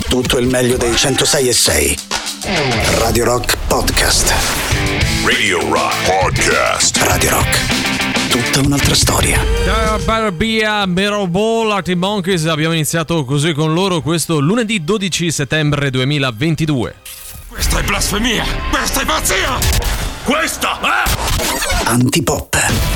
tutto il meglio dei 106.6. Radio Rock Podcast. Radio Rock Podcast. Radio Rock. Tutta un'altra storia. Barbia, Mirror Ball, Arctic Monkeys. Abbiamo iniziato così con loro questo lunedì 12 settembre 2022. Questa è blasfemia! Questa è pazzia! Questa è... Antipop.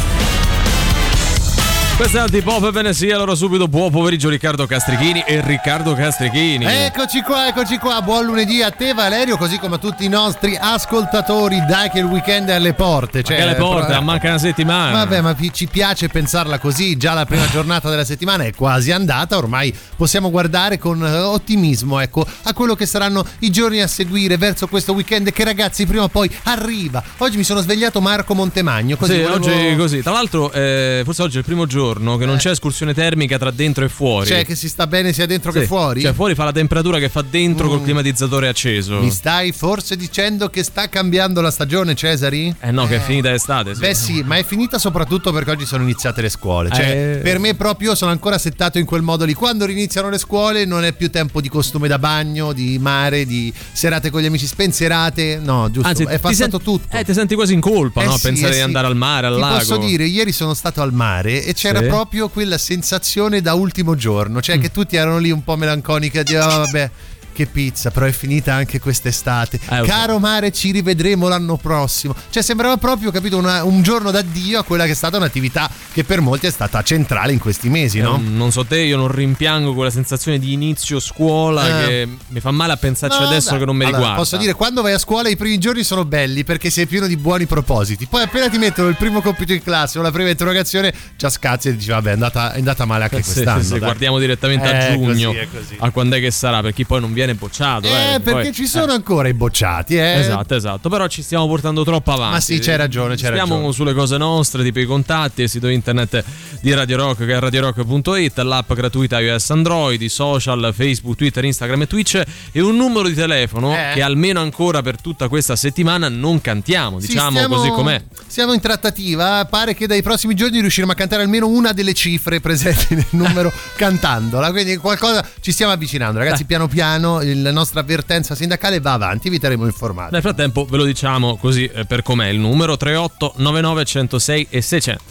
Questo è Antipop, ebbene sì, allora subito buon pomeriggio Riccardo Castrichini e Riccardo Castrichini. Eccoci qua, buon lunedì a te Valerio, così come a tutti i nostri ascoltatori. Dai che il weekend è alle porte. Cioè, alle porte, manca una settimana. Vabbè, ma ci piace pensarla così, già la prima giornata della settimana è quasi andata, ormai possiamo guardare con ottimismo, ecco, a quello che saranno i giorni a seguire verso questo weekend che, ragazzi, prima o poi arriva. Oggi mi sono svegliato Marco Montemagno, così sì, oggi così. Tra l'altro, forse oggi è il primo giorno che non c'è escursione termica tra dentro e fuori. Cioè che si sta bene sia dentro che fuori? Cioè fuori fa la temperatura che fa dentro col climatizzatore acceso. Mi stai forse dicendo che sta cambiando la stagione, Cesari? No, che è finita l'estate, sì. Beh sì, ma è finita soprattutto perché oggi sono iniziate le scuole. Cioè per me proprio sono ancora settato in quel modo lì. Quando riniziano le scuole non è più tempo di costume da bagno, di mare, di serate con gli amici spensierate. No, giusto, anzi, è passato tutto. Ti senti quasi in colpa, no? Sì, pensare di andare al mare, al lago. Ti posso dire, ieri sono stato al mare e c'era proprio quella sensazione da ultimo giorno, cioè che tutti erano lì un po' melanconici a dire vabbè, che pizza, però è finita anche quest'estate. Caro mare, ci rivedremo l'anno prossimo. Cioè sembrava proprio, capito, un giorno d'addio a quella che è stata un'attività che per molti è stata centrale in questi mesi, no? Non so te, io non rimpiango quella sensazione di inizio scuola che mi fa male a pensarci adesso che non mi riguarda. Posso dire, quando vai a scuola i primi giorni sono belli perché sei pieno di buoni propositi. Poi appena ti mettono il primo compito in classe o la prima interrogazione, già scazzi e dici vabbè, è andata male anche quest'anno. Sì, guardiamo direttamente a giugno, così. A quando è che sarà, per chi poi non viene bocciato. Perché poi, ci sono ancora i bocciati. Esatto, però ci stiamo portando troppo avanti. Ma sì, c'hai ragione. Stiamo sulle cose nostre, tipo i contatti, il sito internet di Radio Rock che è radiorock.it, l'app gratuita iOS Android, i social Facebook, Twitter, Instagram e Twitch e un numero di telefono che almeno ancora per tutta questa settimana non cantiamo, diciamo così com'è. Siamo in trattativa, pare che dai prossimi giorni riusciremo a cantare almeno una delle cifre presenti nel numero cantandola, quindi qualcosa ci stiamo avvicinando, ragazzi. Piano piano la nostra avvertenza sindacale va avanti, vi terremo informati. Nel frattempo ve lo diciamo così per com'è il numero 38 99 106 e 600.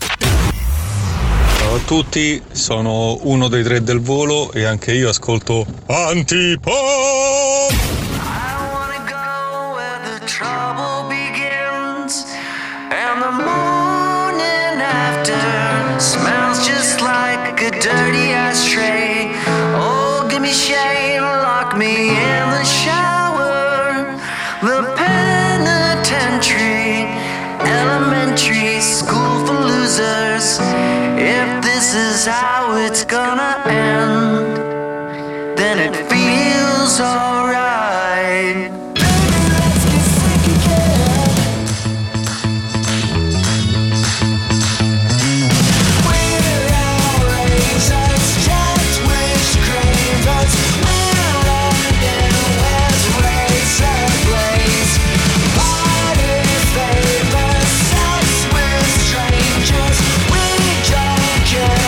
Ciao a tutti, sono uno dei 3 del volo e anche io ascolto Antipop. And the morning after smells just like a dirty ashtray. Oh, give me shame, lock me in the shower. The penitentiary, elementary school for losers. If this is how it's gonna end, then it feels alright.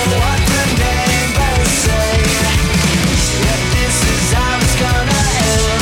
What the neighbors say. If this is how it's gonna end.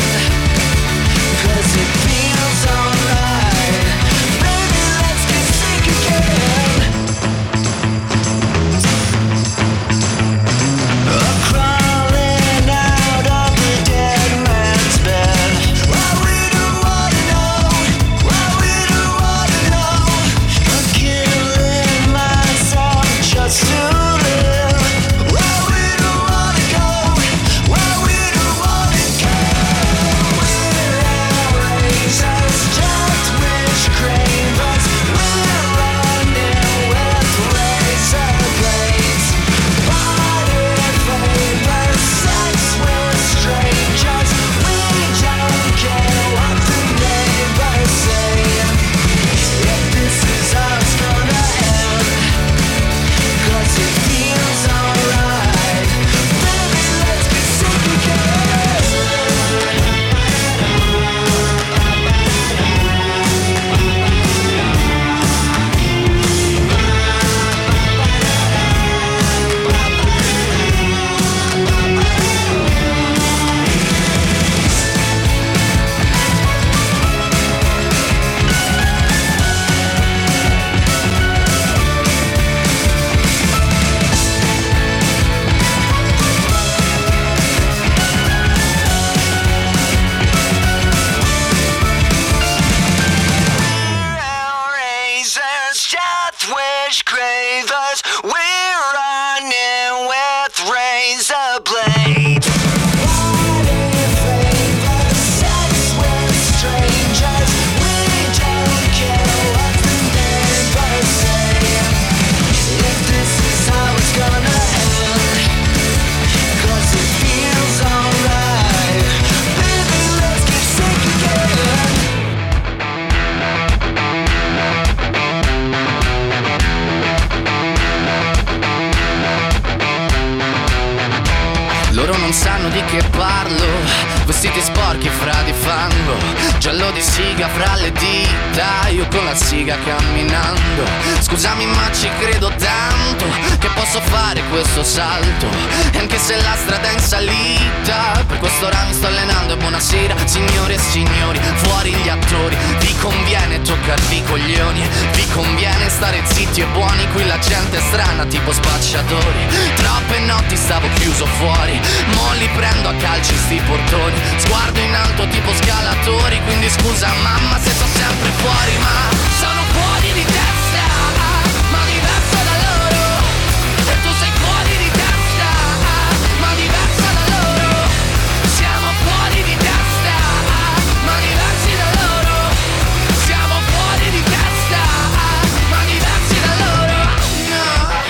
vestiti sporchi fra di fango, giallo di siga fra le dita, io con la siga camminando. Scusami ma ci credo tanto che posso fare questo salto, e anche se la strada è in salita, per quest'ora mi sto allenando. E buonasera signore e signori, fuori gli attori, vi conviene toccarvi i coglioni, vi conviene stare zitti e buoni, qui la gente è strana tipo spacciatori. Troppe notti stavo chiuso fuori, mo li prendo a calci sti portoni, sguardo in alto tipo scalatori, quindi scusa mamma se sto sempre fuori, ma sono fuori di testa, ma diverso da loro, e tu sei fuori di testa, ma diversa da loro, siamo fuori di testa, ma diversi da loro, siamo fuori di testa, ma diversi da loro, no.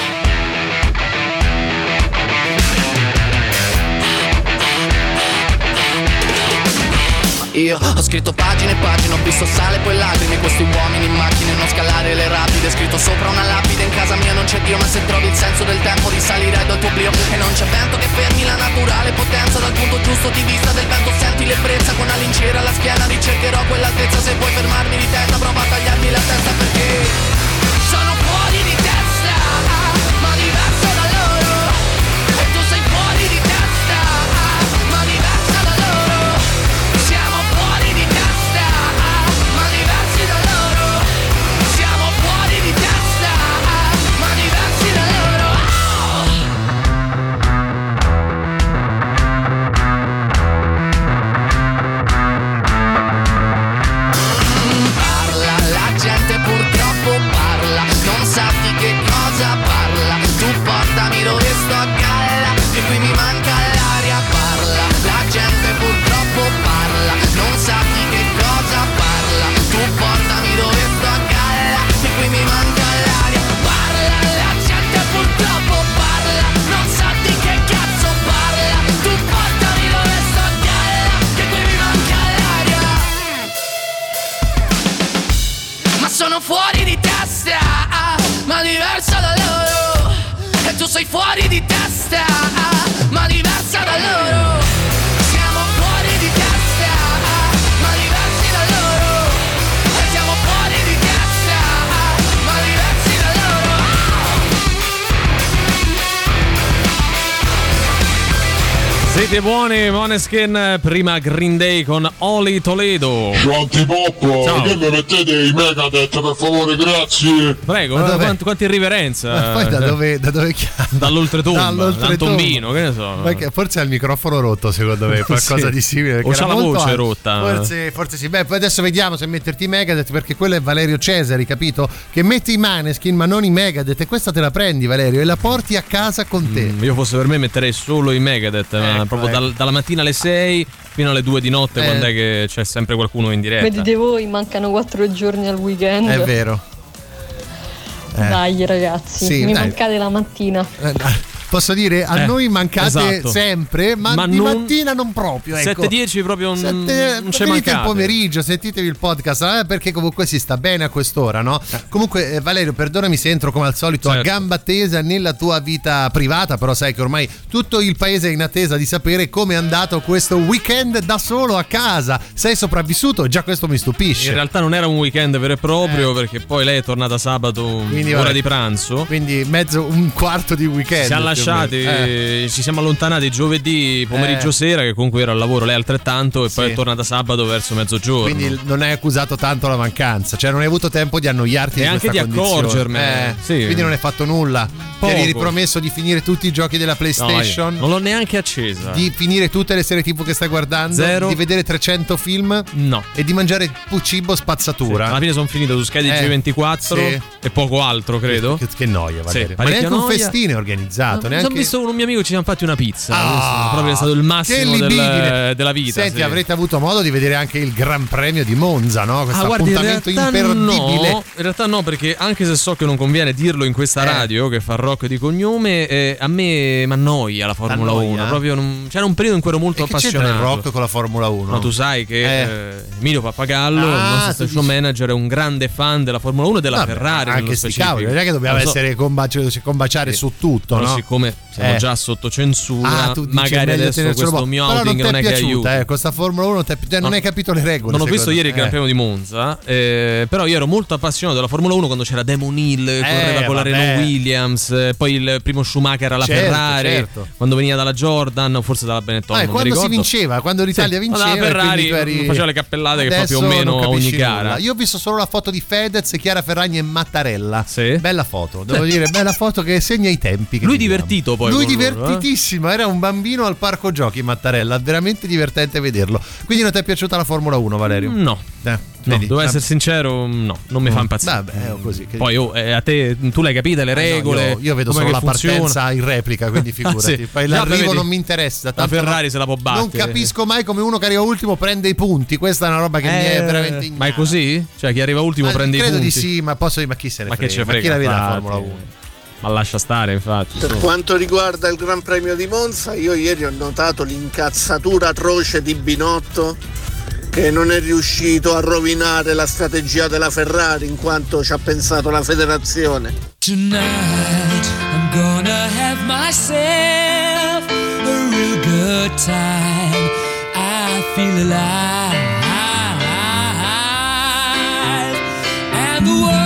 Io ho scritto pagine e pagine, ho visto sale poi lacrime, questi uomini in macchine, non scalare le rapide, scritto sopra una lapide, in casa mia non c'è Dio, ma se trovi il senso del tempo risalirai dal tuo oblio, e non c'è vento che fermi la naturale potenza, dal punto giusto di vista del vento senti l'ebbrezza, con la lincera alla schiena ricercherò quell'altezza, se vuoi fermarmi di testa prova a tagliarmi la testa, perché sono fuori di testa, ma diverso da loro, e tu sei fuori di testa, ma diversa da loro, siamo fuori di testa, ma diversi da loro, siamo fuori di testa, ma diversi da loro. Parla, la gente purtroppo parla, non sa di che cosa parla, tu portami dove sto a galla, che qui mi manca l'aria. Parla, la gente purtroppo parla, non sa di che cosa parla, tu portami dove sto a galla, che qui mi manca l'aria. Parla, la gente purtroppo parla, non sa di che cazzo parla, tu portami dove sto a galla, che qui mi manca l'aria. Ma sono fuori di testa, ma diversa da loro, e tu sei fuori di testa, ma diversa da loro, siamo fuori di testa, ma diversi da loro, e siamo fuori di testa, ma diversi da loro. Siete buoni, Måneskin, prima Green Day con Oli Toledo. Antipop, Ciao. che mi mettete i Megadeth per favore, grazie. Prego, quanti irriverenza. Ma poi da dove chiama? Dall'oltretomba, dal tombino, che ne so. Forse ha il microfono rotto, secondo me, qualcosa Sì. di simile. O c'ha la voce rotta. Forse sì. Beh, poi adesso vediamo se metterti i Megadeth, perché quello è Valerio Cesari, capito? Che metti i Måneskin ma non i Megadeth, e questa te la prendi, Valerio, e la porti a casa con te. Io fosse per me metterei solo i Megadeth, ma proprio dalla mattina alle 6 fino alle 2 di notte, quando è che c'è sempre qualcuno in diretta. Vedete voi, mancano 4 giorni al weekend. È vero. Dai ragazzi, Sì, mi dai. mancate la mattina. Posso dire, a noi mancate esatto. sempre, ma di mattina non proprio. Ecco. 7-10 proprio non c'è venite mancate. il pomeriggio, sentitevi il podcast, perché comunque si sta bene a quest'ora, no? Comunque, Valerio, perdonami se entro come al solito a gamba tesa nella tua vita privata, però sai che ormai tutto il paese è in attesa di sapere come è andato questo weekend da solo a casa. Sei sopravvissuto? Già questo mi stupisce. In realtà non era un weekend vero e proprio, perché poi lei è tornata sabato, Quindi, ora vabbè, di pranzo. Quindi un quarto di weekend. Si è lasciati, ci siamo allontanati giovedì pomeriggio sera, che comunque era al lavoro, lei altrettanto, e poi è tornata sabato verso mezzogiorno. Quindi non hai accusato tanto la mancanza, cioè non hai avuto tempo di annoiarti e di anche di accorgermene. Quindi non hai fatto nulla. Poco. Ti eri ripromesso di finire tutti i giochi della PlayStation, non l'ho neanche accesa, di finire tutte le serie TV che stai guardando, Zero. di vedere 300 film, no, e di mangiare cibo spazzatura. Alla fine sono finito su Sky G24 e poco altro, credo. Che noia, Valerio. Ma parecchia neanche un noia. festino è organizzato. Ho visto con un mio amico, ci siamo fatti una pizza. Proprio è stato il massimo della vita. Senti, avrete avuto modo di vedere anche il Gran Premio di Monza, no? Questo guardi, appuntamento in realtà imperdibile. No, in realtà no, perché anche se so che non conviene dirlo in questa radio, che fa rock di cognome, a me mi annoia la Formula 1. Proprio c'era un periodo in cui ero molto appassionato. C'entra il rock con la Formula 1? No, tu sai che Emilio Pappagallo, il nostro station manager, è un grande fan della Formula 1 e della Ferrari. Anche sti cavoli, non è che dobbiamo essere combaciare su tutto, no? Siccome siccome siamo già sotto censura, magari adesso questo mio outing non è che aiuta. Questa Formula 1 non hai capito le regole. Non ho visto ieri il Gran Premio di Monza, però io ero molto appassionato della Formula 1 quando c'era Damon Hill, correva con la Renault Williams, poi il primo Schumacher alla Ferrari, quando veniva dalla Jordan, forse dalla Benetton, non quando mi ricordo. Si vinceva, quando l'Italia vinceva, la Ferrari faceva le cappellate che fa più o meno a ogni gara. Io ho visto solo la foto di Fedez, Chiara Ferragni e Mattarella. Sì. Bella foto, devo dire, bella foto che segna i tempi. Lui divertito poi. Lui divertitissimo, era un bambino al parco giochi Mattarella, veramente divertente vederlo. Quindi non ti è piaciuta la Formula 1, Valerio? No. Devo essere sincero, no, non mi fa impazzire. Vabbè, così. Poi a te, tu l'hai capite le regole? No, io vedo solo la partenza in replica, quindi figurati. Sì. Poi l'arrivo non mi interessa. La Ferrari se la può battere. Non capisco mai come uno che arriva ultimo prende i punti. Questa è una roba che mi è veramente ignara. Ma è così? Cioè chi arriva ultimo prende i punti? Credo di sì, ma chi se ne frega? Che ce frega? Ma chi la vede la Formula 1? Ma lascia stare, infatti. Per quanto riguarda il Gran Premio di Monza, io ieri ho notato l'incazzatura atroce di Binotto, che non è riuscito a rovinare la strategia della Ferrari in quanto ci ha pensato la federazione. Tonight I'm gonna have myself a real good time. I feel alive, and the world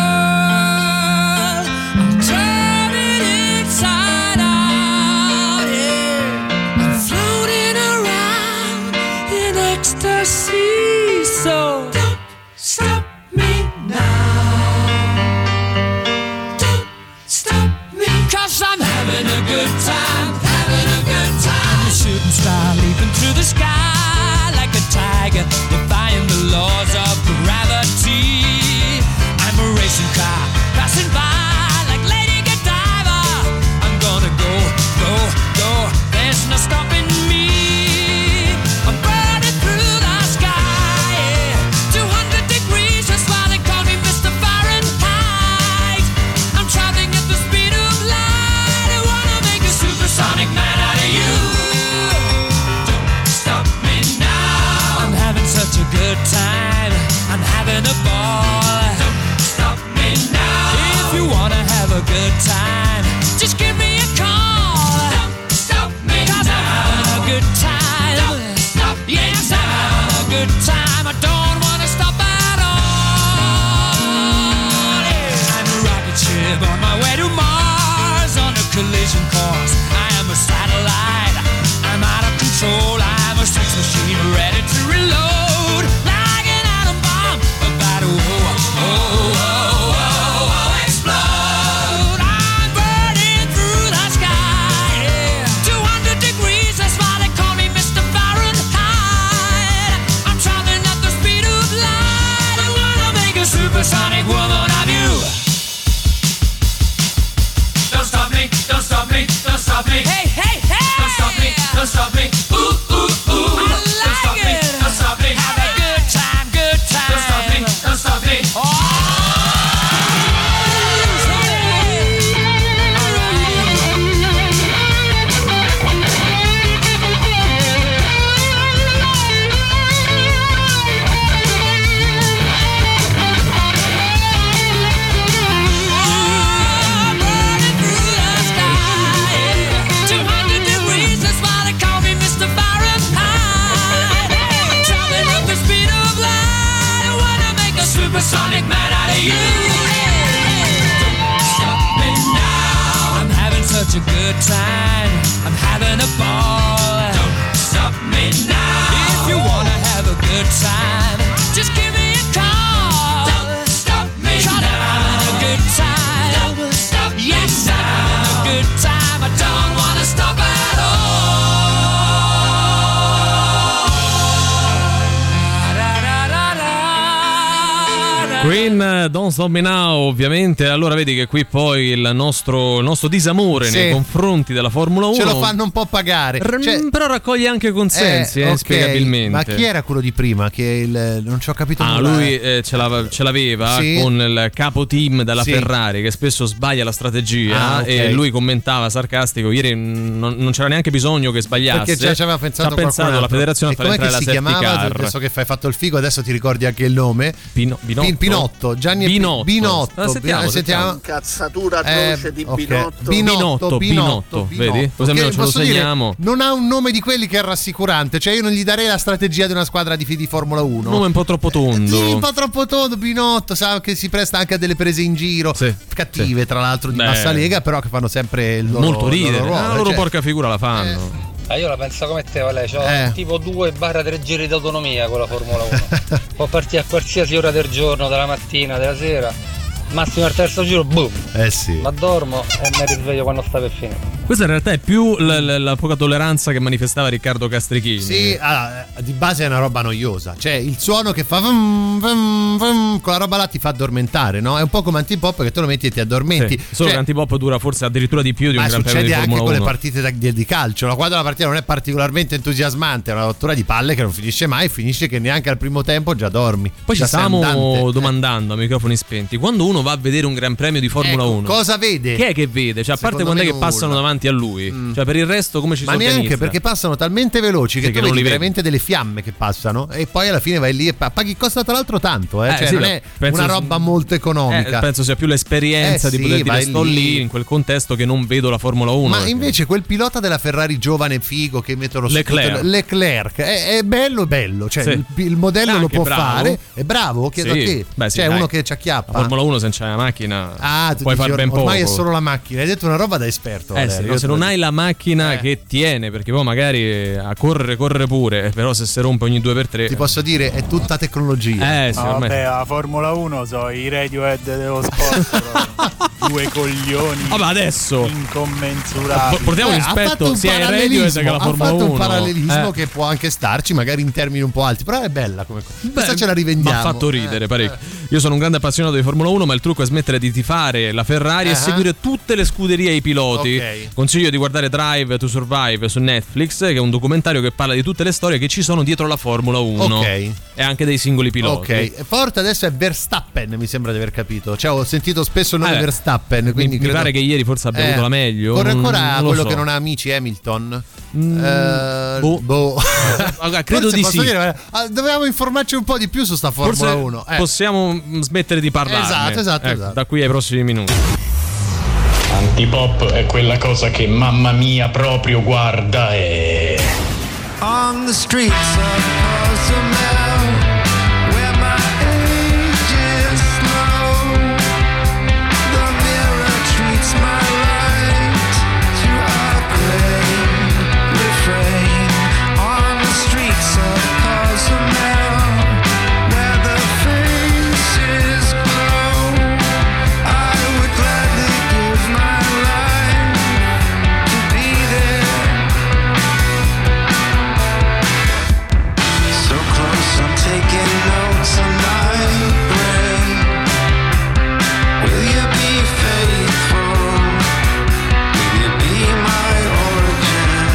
I'm turning inside out. Yeah. I'm floating around in ecstasy. So don't stop me now. Don't stop me, 'cause I'm having a good time, having a good time. I'm a shooting star leaping through the sky like a tiger, defying the laws of gravity. I'm a racing car passing by like Lady Godiva. I'm gonna go, go, go, there's no stopping me. I'm burning through the sky, 200 degrees, that's why they call me Mr. Fahrenheit. I'm traveling at the speed of light. I wanna make a supersonic man out of you. Don't stop me now. I'm having such a good time, I'm having a ball. Don't stop me now. If you wanna have a good time, just give me a call. Don't stop me now. 'Cause I'm having a good time. Don't stop me now. I'm having a good time. I don't wanna stop at all. Yeah. I'm a rocket ship on my way to Mars, on a collision course. I am a satellite. I'm out of control. I'm a sex machine ready to reload, like an atom bomb about to explode. I'm burning through the sky, yeah. 200 degrees, that's why they call me Mr. Fahrenheit. I'm traveling at the speed of light. I wanna make a supersonic woman of you. Don't stop me, don't stop me, don't stop me. Hey, hey, hey! Don't stop me, don't stop me. Ooh, ooh, ooh. I like don't stop it. Me, don't stop me. Have a good time, good time. Don't stop me, don't stop me. Oh! Supersonic man out of you. Don't stop me now. I'm having such a good time, I'm having a ball. Don't stop me now. If you wanna have a good time, just give me a call. Don't stop me now. I'm having a good time. Don't stop me now. Yes, I'm having a good time. I don't wanna stop at all. Queen, Don't Stop Me Now, ovviamente. Allora vedi che qui poi il nostro disamore nei confronti della Formula 1 ce lo fanno un po' pagare, però raccoglie anche consensi, okay. Spiegabilmente. Ma chi era quello di prima? Che non ci ho capito nulla. Lui ce l'aveva con il capo team della Ferrari, che spesso sbaglia la strategia, e lui commentava sarcastico: ieri non c'era neanche bisogno che sbagliasse, perché già ci aveva pensato la federazione a fare entrare la safety car. Adesso che hai fatto il figo, adesso ti ricordi anche il nome? Pinotto. Binotto, Gianni Binotto. Sentiamo. Incazzatura atroce di Binotto. Binotto, vedi? Così almeno ce lo segniamo. Non ha un nome di quelli che è rassicurante, cioè io non gli darei la strategia di una squadra di Formula 1. Nome un po' troppo tondo. Sì, un po' troppo tondo. Binotto, sa che si presta anche a delle prese in giro, cattive tra l'altro di bassa lega, però che fanno sempre il loro molto ridere. La loro porca figura la fanno. Io la penso come te, Vale, c'ho tipo 2-3 giri d'autonomia con la Formula 1. Può partire a qualsiasi ora del giorno, della mattina, della sera. Massimo al terzo giro, boom. Sì. Ma dormo e mi risveglio quando sta per finire. Questa in realtà è più la poca tolleranza che manifestava Riccardo Castrichini. Sì, di base è una roba noiosa. Cioè il suono che fa con la roba là ti fa addormentare, no? È un po' come Antipop che te lo metti e ti addormenti. Sì, solo che Antipop dura forse addirittura di più di un Gran Premio di Formula 1. Succede anche con le partite di calcio, no? Quando la partita non è particolarmente entusiasmante, è una rottura di palle che non finisce mai, finisce che neanche al primo tempo già dormi. Poi ci stavamo domandando a microfoni spenti, quando uno va a vedere un Gran Premio di Formula 1, cosa vede? Che è che vede? Cioè, a parte quando è che passano davanti a lui, cioè per il resto come ci si organizza? Ma neanche, perché passano talmente veloci che tu vedi veramente delle fiamme che passano e poi alla fine vai lì e paghi, costa tra l'altro tanto, cioè non è una roba molto economica. Penso sia più l'esperienza di poter dire sto lì in quel contesto che non vedo la Formula 1. Ma invece quel pilota della Ferrari giovane figo che mettono Leclerc è bello, cioè il modello lo può fare, è bravo, chiedo a te. Cioè uno che ci acchiappa. La Formula 1 se c'hai la macchina puoi fare ben poco. Ormai è solo la macchina, hai detto una roba da esperto. Se non hai la macchina che tiene, perché poi magari a corre pure, però se si rompe ogni 2x3 ti posso dire è tutta tecnologia. Vabbè, la Formula 1 so i Radiohead dello sport. Due coglioni. Vabbè, adesso incommensurabili. Portiamo rispetto sia ai Radiohead che alla Formula 1. Ha fatto un parallelismo che può anche starci, magari in termini un po' alti, però è bella come cosa. Questa ce la rivendiamo. Mi ha fatto ridere parecchio. Io sono un grande appassionato di Formula 1, ma il trucco è smettere di tifare la Ferrari e seguire tutte le scuderie e i piloti. Consiglio di guardare Drive to Survive su Netflix, che è un documentario che parla di tutte le storie che ci sono dietro la Formula 1 e anche dei singoli piloti. Forte adesso è Verstappen, mi sembra di aver capito. Cioè, ho sentito spesso il nome Verstappen, quindi mi pare che ieri forse abbia avuto la meglio. Corre ancora quello che non ha amici, Hamilton. Credo di sì. Dovevamo informarci un po' di più su sta Formula 1. Possiamo smettere di parlarne. Esatto. Da qui ai prossimi minuti. Antipop è quella cosa che mamma mia proprio guarda e On the streets of Cozumel, where my age is slow, the mirror treats my light to a gray refrain. On the streets of Cozumel, where the faces glow, I would gladly give my life to be there. So close, I'm taking notes on my brain. Will you be faithful? Will you be my origin?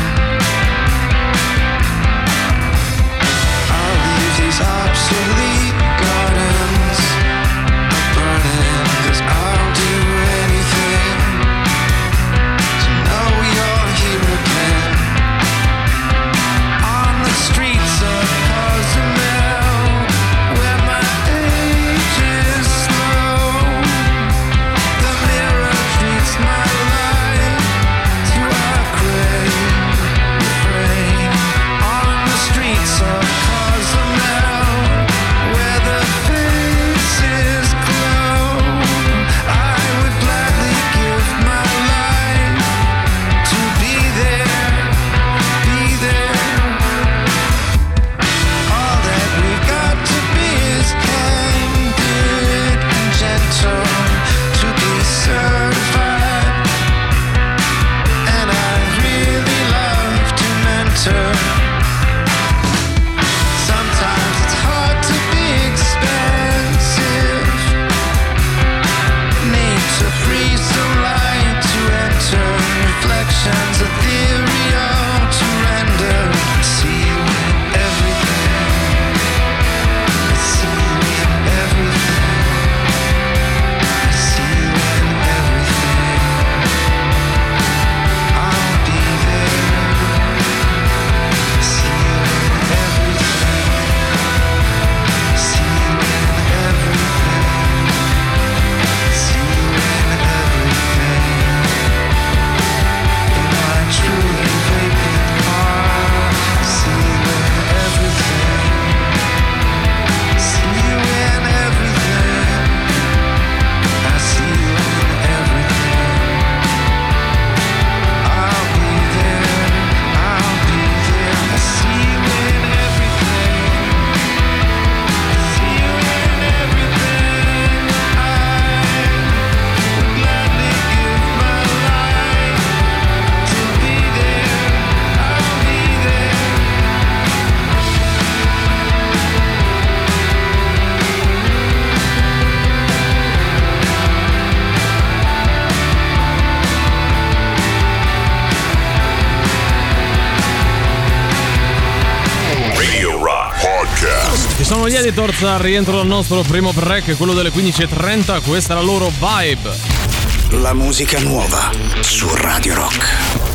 I'll leave these obsolete gardens burning, 'cause I'll do anything to know you're here again. On the streets of Cozumel, where my age is slow, the mirror treats my life to a gray refrain. On the streets of Cozumel, Podcast. Ci sono gli Editors al rientro dal nostro primo break, quello delle 15:30. Questa è la loro Vibe. La musica nuova su Radio Rock.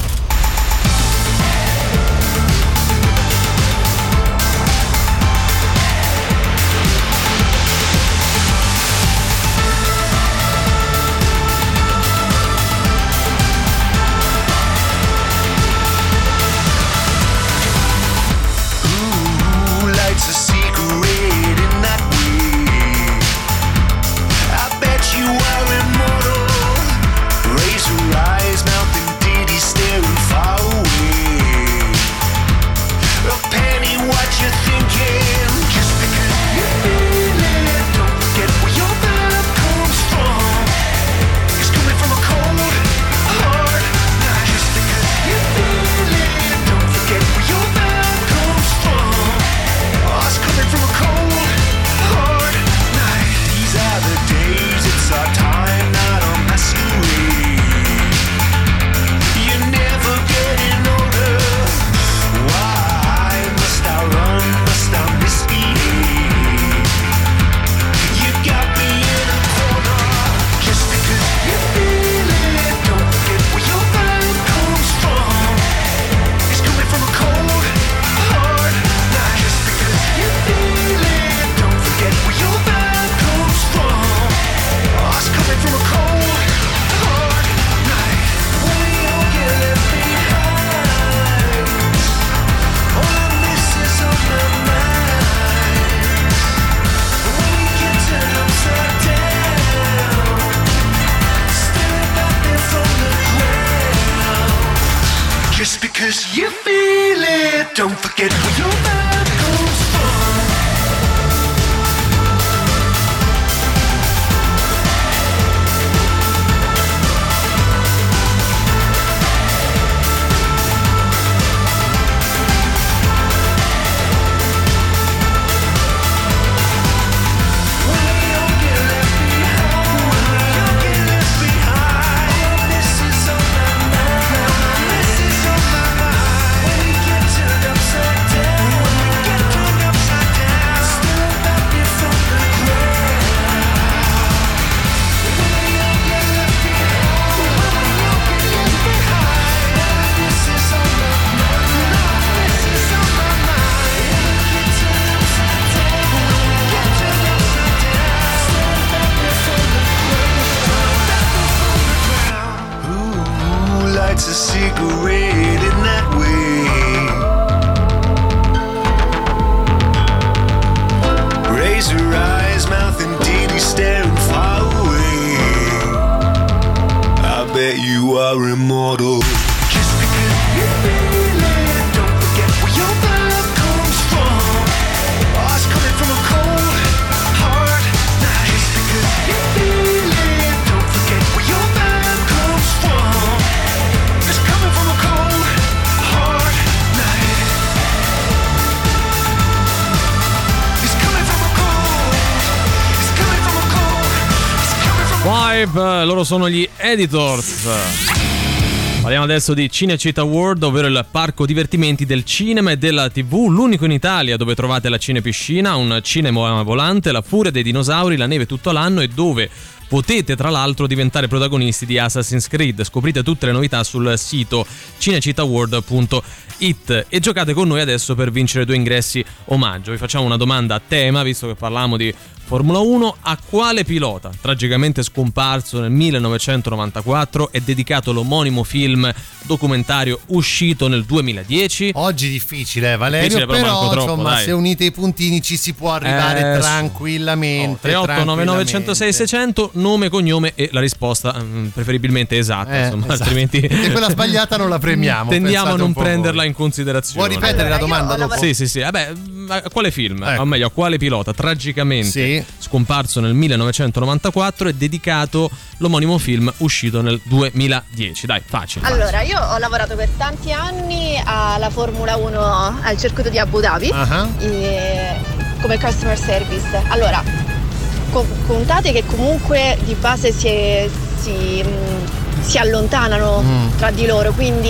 Loro sono gli Editors. Parliamo adesso di Cinecittà World, ovvero il parco divertimenti del cinema e della TV, l'unico in Italia dove trovate la cinepiscina, un cinema volante, la furia dei dinosauri, la neve tutto l'anno e dove potete tra l'altro diventare protagonisti di Assassin's Creed. Scoprite tutte le novità sul sito cinecittàworld.it e giocate con noi adesso per vincere 2 ingressi omaggio. Vi facciamo una domanda a tema, visto che parliamo di Formula 1. A quale pilota, tragicamente scomparso nel 1994, è dedicato l'omonimo film documentario uscito nel 2010? Oggi difficile, Valerio, però troppo, insomma, se unite i puntini ci si può arrivare tranquillamente. 3899 106 600, nome, cognome e la risposta preferibilmente esatta, insomma, esatto. Altrimenti e quella sbagliata non la premiamo. Tendiamo a non prenderla in considerazione. Vuoi ripetere la domanda dopo? Sì. Vabbè, a quale film? O meglio, a quale pilota tragicamente scomparso nel 1994 è dedicato l'omonimo film uscito nel 2010? Dai, facile. Allora, io ho lavorato per tanti anni alla Formula 1 al circuito di Abu Dhabi come customer service. Allora, contate che comunque di base si allontanano tra di loro, quindi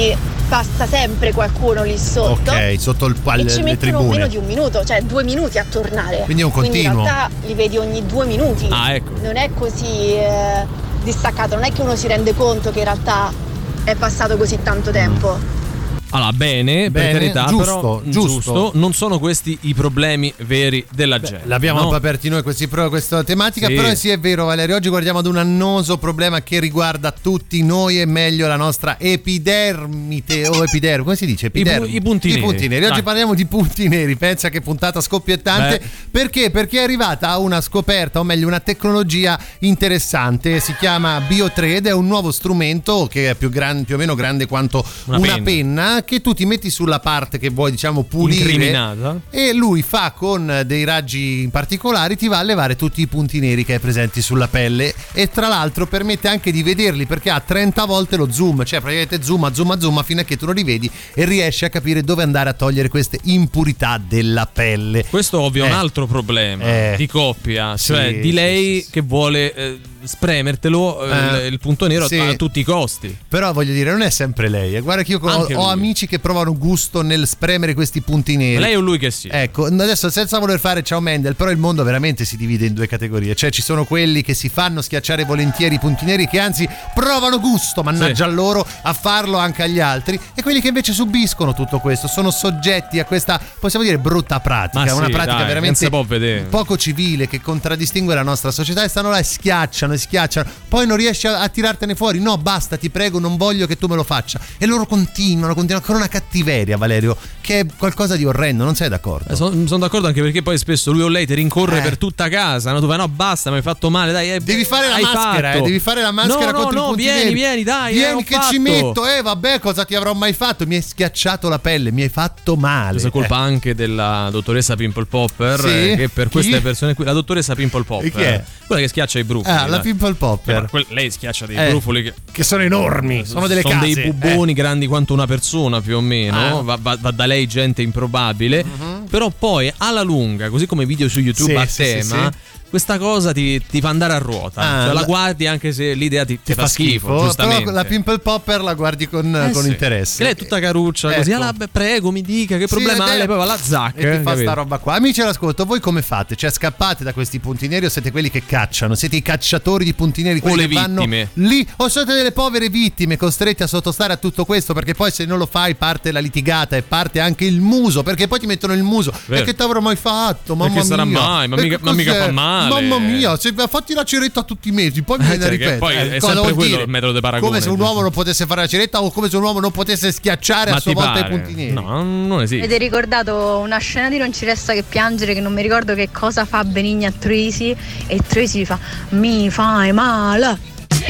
passa sempre qualcuno lì sotto. Ok, sotto e ci le mettono tribune. meno di un minuto, cioè 2 minuti a tornare. Quindi è un continuo. Quindi in realtà li vedi ogni 2 minuti. Ecco. Non è così distaccato, non è che uno si rende conto che in realtà è passato così tanto tempo. Allora, bene, per carità, giusto, però giusto, non sono questi i problemi veri della gente. L'abbiamo un po' aperti noi questa tematica, però sì, è vero, Valerio, oggi guardiamo ad un annoso problema che riguarda tutti noi, e meglio la nostra epidermite o epidermo, come si dice? I punti neri. Oggi parliamo di punti neri, pensa che puntata scoppiettante. Perché? Perché è arrivata una scoperta, o meglio una tecnologia interessante, si chiama Biotrade, è un nuovo strumento che è più o meno grande quanto una penna, che tu ti metti sulla parte che vuoi, diciamo, pulire, incriminata, e lui fa con dei raggi particolari, ti va a levare tutti i punti neri che hai presenti sulla pelle, e tra l'altro permette anche di vederli, perché ha 30 volte lo zoom, cioè praticamente zoom fino a che tu non li vedi e riesci a capire dove andare a togliere queste impurità della pelle. Questo ovvio è un altro problema di coppia, cioè di lei che vuole spremertelo il punto nero a tutti i costi. Però voglio dire, non è sempre lei. Guarda che io ho amici che provano gusto nel spremere questi punti neri. Lei o lui che sì. Ecco, adesso senza voler fare ciao Mendel, però il mondo veramente si divide in 2 categorie. Cioè ci sono quelli che si fanno schiacciare volentieri i punti neri, che anzi provano gusto, mannaggia loro, a farlo anche agli altri, e quelli che invece subiscono tutto questo, sono soggetti a questa, possiamo dire, brutta pratica, una pratica veramente poco civile, che contraddistingue la nostra società, e stanno là e schiacciano, poi non riesci a tirartene fuori. No, basta, ti prego, non voglio che tu me lo faccia. E loro continuano con una cattiveria, Valerio, che è qualcosa di orrendo. Non sei d'accordo? Sono d'accordo, anche perché poi spesso lui o lei ti rincorre per tutta casa, no? Tu fai no, basta, mi hai fatto male, dai, devi fare la maschera, devi fare la maschera contro i punti neri. Vieni, dai, vieni che ci metto, vabbè, cosa ti avrò mai fatto? Mi hai schiacciato la pelle, mi hai fatto male. Questa è colpa anche della dottoressa Pimple Popper, che per queste persone qui, la dottoressa Pimple Popper, chi è? Quella che schiaccia i brufoli. La Pimple Popper. Lei schiaccia dei brufoli che sono enormi, sono delle case. Sono dei buboni grandi quanto una persona più o meno. Va da lei gente improbabile. Però poi alla lunga, così come video su YouTube a tema, questa cosa ti fa andare a ruota. Cioè, la guardi anche se l'idea ti fa schifo, giustamente. Però la Pimple Popper la guardi con interesse. Lei è tutta caruccia, così. Prego, mi dica che problema ha. Lei poi va alla zacca e ti fa sta roba qua. Amici all'ascolto, voi come fate? Cioè, scappate da questi punti neri, o siete quelli che cacciano? Siete i cacciatori di punti neri, quelli o le che vanno lì, o siete delle povere vittime costretti a sottostare a tutto questo? Perché poi se non lo fai parte la litigata e parte anche il muso, perché poi ti mettono il muso. E che ti avrò mai fatto? Mamma mia, sarà mai? Ma mica fa male. Mamma mia, fatti la ceretta tutti i mesi, poi mi viene a ripetere. Poi è sempre quello il metodo di paragone. Come se un uomo non potesse fare la ceretta, o come se un uomo non potesse schiacciare a sua volta i punti neri. No, non esiste. Avete ricordato una scena di Non ci resta che piangere, che non mi ricordo che cosa fa Benigni a Tracy, e Tracy gli fa: mi fai male.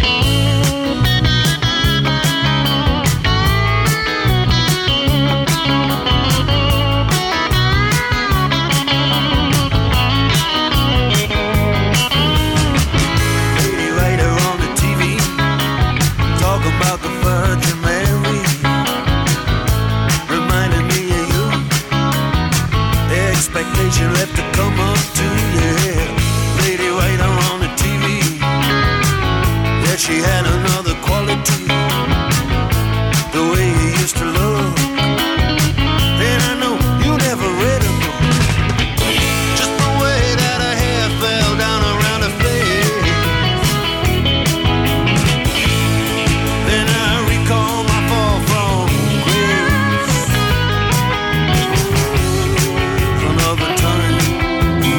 Expectation left to come up to, yeah. Lady Waiter on the TV. Yeah, she had another quality, the way you used to look. And I know you never read a book, just the way that her hair fell down around her face. Then I recall my fall from grace. Another time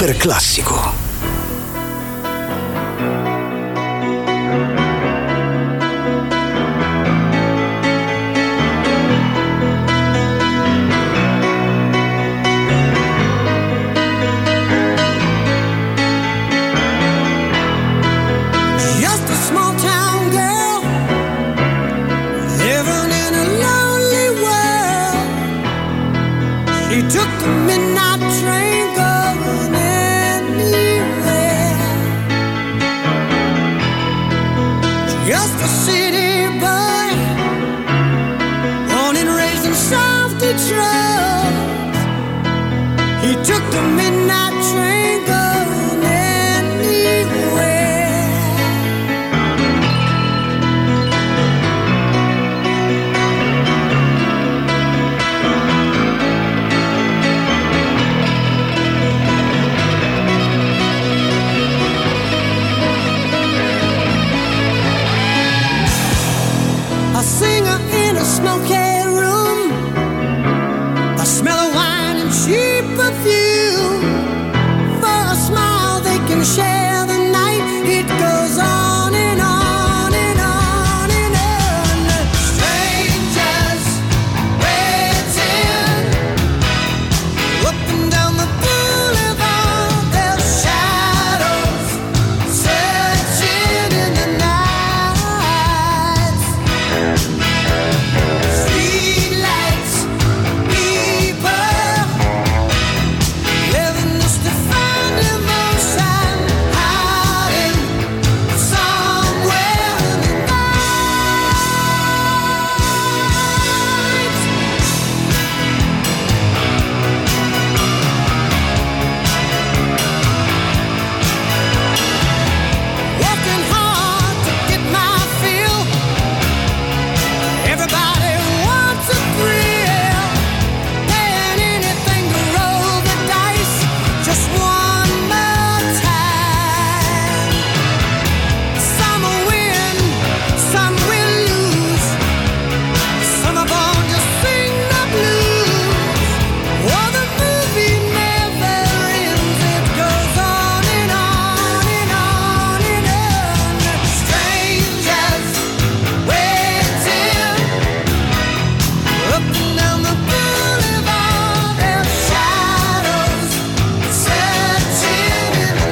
super classico. Took the midnight train going anywhere. Just a city boy, born and raised in South Detroit. He took the midnight train going anywhere. A singer in a smoky room, a smell of wine and cheap perfume. For a smile they can share the night. It goes on and on and on and on. Strangers waiting up and down the boulevard. Their shadows searching in the night. Streetlights, people living just to find emotion, hiding somewhere in the working hard to get my fill. Everybody wants a thrill, paying anything to roll the dice just one more time. Some will win, some will lose. Some are born to sing the blues. Oh, the movie never ends. It goes on and on and on and on. Strangers waiting up and down the boulevard. Their shadows searching in the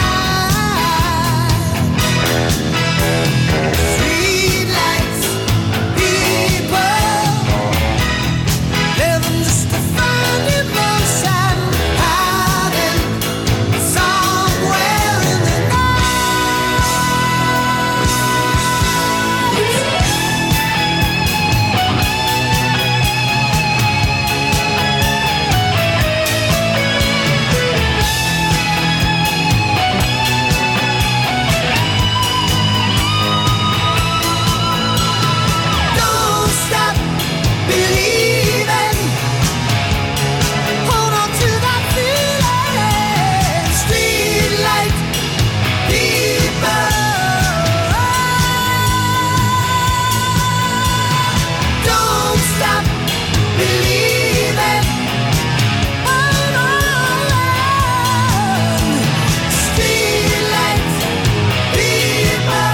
night. Streetlights, people living just to find emotion, hiding somewhere in the Don't stop believing. Hold on to that feeling. Streetlight people. Don't stop believing. Hold on. Streetlight people.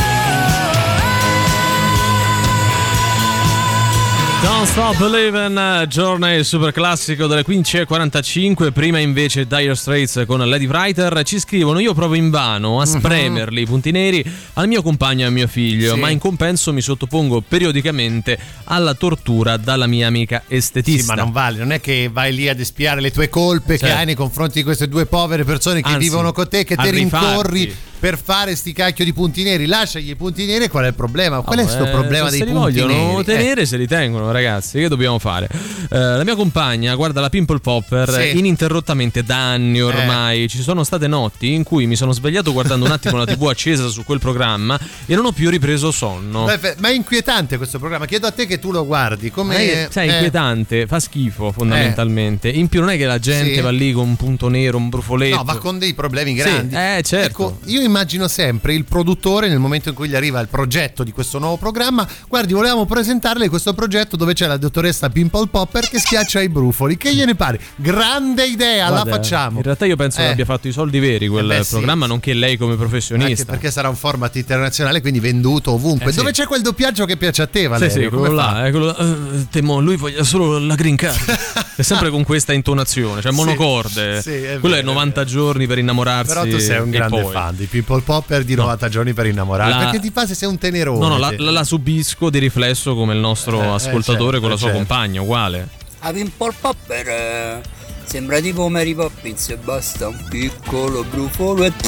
Don't Stop Believin', Journey, super classico delle 15:45. Prima invece Dire Straits con Lady Writer. Ci scrivono: io provo invano a spremerli i punti neri al mio compagno e a mio figlio, Sì. ma in compenso mi sottopongo periodicamente alla tortura dalla mia amica estetista. Sì, ma non vale, non è che vai lì ad espiare le tue colpe che hai nei confronti di queste due povere persone che Anzi, vivono con te, che a te rifarti. rincorri per fare sti cacchio di punti neri. Lasciagli i punti neri, qual è il problema? Qual è sto problema se dei li punti vogliono neri? tenere, se li tengono, ragazzi. Che dobbiamo fare? La mia compagna guarda la Pimple Popper Sì. ininterrottamente da anni ormai. Ci sono state notti in cui mi sono svegliato guardando un attimo la TV accesa su quel programma e non ho più ripreso sonno. Beh, ma è inquietante questo programma. Chiedo a te che tu lo guardi. Come Sai, inquietante, fa schifo fondamentalmente. In più non è che la gente Sì. va lì con un punto nero, un brufoletto. No, va con dei problemi grandi. Sì, certo. Ecco, io immagino sempre il produttore, nel momento in cui gli arriva il progetto di questo nuovo programma: guardi, volevamo presentarle questo progetto dove c'è la dottoressa Pimple Popper che schiaccia i brufoli, che gliene pare? Grande idea, guarda, la facciamo. In realtà io penso che abbia fatto i soldi veri quel programma, nonché lei come professionista. Anche perché sarà un format internazionale, quindi venduto ovunque. Dove c'è quel doppiaggio che piace a te, Valerio? Sì, quello là, temo lui voglia solo la green card. È sempre con questa intonazione, cioè monocorde. Quello è 90 giorni per innamorarsi. Però tu sei un grande fan di Pimple Popper, di 90 giorni per innamorarsi, perché ti fa se sei un tenerone. No, la subisco di riflesso come il nostro ascoltatore con la sua compagna, uguale. A Pimple Popper sembra tipo Mary Poppins e basta un piccolo brufolo e...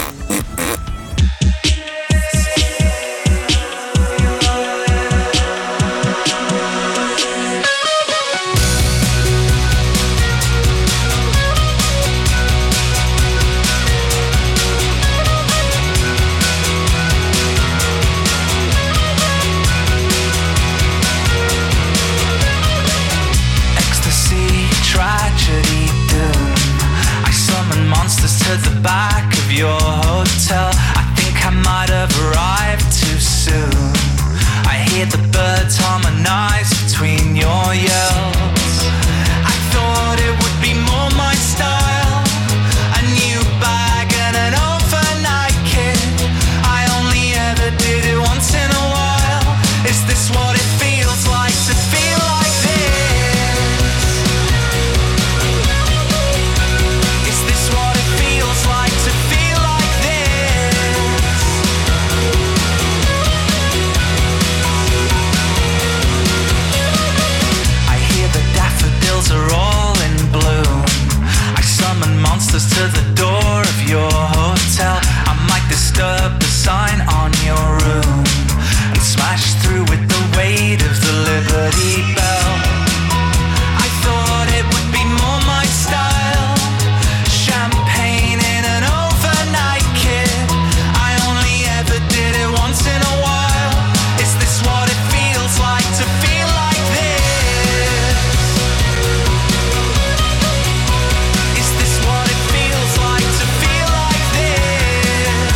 to the back of your hotel. I think I might have arrived too soon. I hear the birds harmonize between your yells. I thought it would be more my style. A new bag and an overnight kit. I only ever did it once in a while. Is this what it feels like to feel like this? Is this what it feels like to feel like this? I hear the daffodils are all in bloom. I summon monsters to the door of your hotel. I might disturb the sign on your room and smash through with the weight of the Liberty Bell. I thought it would be more my style. Champagne in an overnight kit. I only ever did it once in a while. Is this what it feels like to feel like this? Is this what it feels like to feel like this?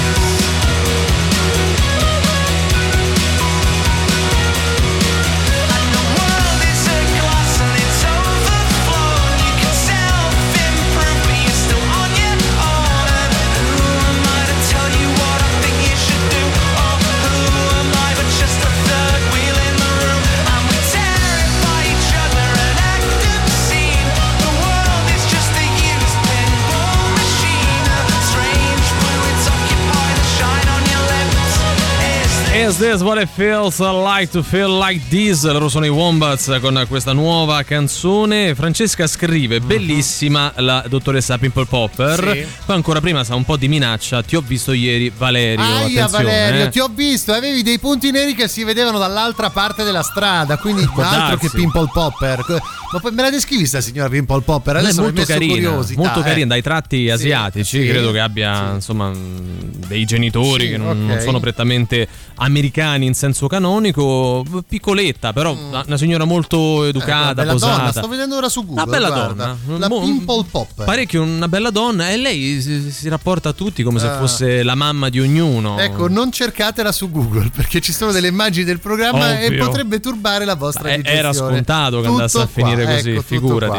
And the world is a glass and it's overflowing. You can self-improve but you're still on your own. And who am I to tell you what I think you should do? Oh, who am I but just a third wheel in the room? And we terrify each other and act obscene. The world is just a used pinball machine. A strange fluids occupy the shine on your lips. Is this what it feels like to feel like this? Loro sono i Wombats con questa nuova canzone. Francesca scrive: bellissima la dottoressa Pimple Popper. Sì. Poi ancora prima sa un po' di minaccia. Ti ho visto ieri, Valerio. Aia, attenzione, Valerio, ti ho visto, avevi dei punti neri che si vedevano dall'altra parte della strada, quindi altro che Pimple Popper. Ma poi me la descrivi sta signora Pimple Popper? Lei è Adesso molto carina, curiosità, molto carina, dai tratti asiatici. sì. Credo che abbia insomma dei genitori che non sono prettamente americani in senso canonico. Piccoletta, però una signora molto educata, bella posata. donna, sto vedendo ora su Google. Una bella guarda. donna, La Pimple Popper. Parecchio una bella donna, e lei si rapporta a tutti come se fosse la mamma di ognuno. Ecco, non cercatela su Google perché ci sono delle immagini del programma e potrebbe turbare la vostra digestione. Era scontato che Tutto andasse a finire così, ecco, figurati.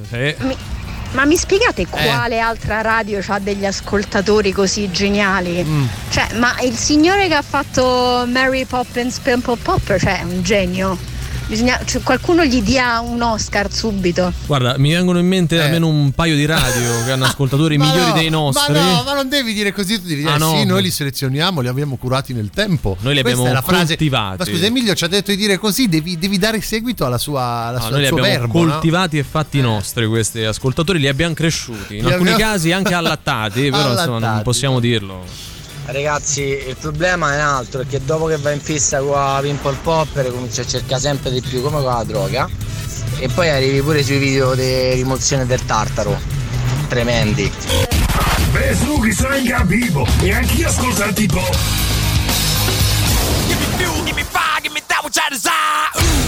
Ma mi spiegate quale altra radio ha degli ascoltatori così geniali? Cioè, ma il signore che ha fatto Mary Poppins Pimple Popper, cioè, è un genio. Qualcuno gli dia un Oscar subito. Guarda, mi vengono in mente almeno un paio di radio che hanno ascoltatori migliori dei nostri. Ma non devi dire così, tu devi dire no, sì, noi li selezioniamo, li abbiamo curati nel tempo. Noi li Questa abbiamo è la frase. coltivati. Ma scusa, Emilio ci ha detto di dire così, devi dare seguito alla sua noi li suo abbiamo verbo, coltivati e fatti nostri questi ascoltatori, li abbiamo cresciuti. In alcuni casi anche allattati, però insomma non possiamo dirlo. Ragazzi, il problema è un altro, perché dopo che va in fissa con la Pimple Popper comincia a cercare sempre di più come con la droga, e poi arrivi pure sui video di rimozione del tartaro, tremendi. Beh, su chi sono in capivo, e anch'io ascolto il tipo. Give me fuel, give me fire, give me that which I desire.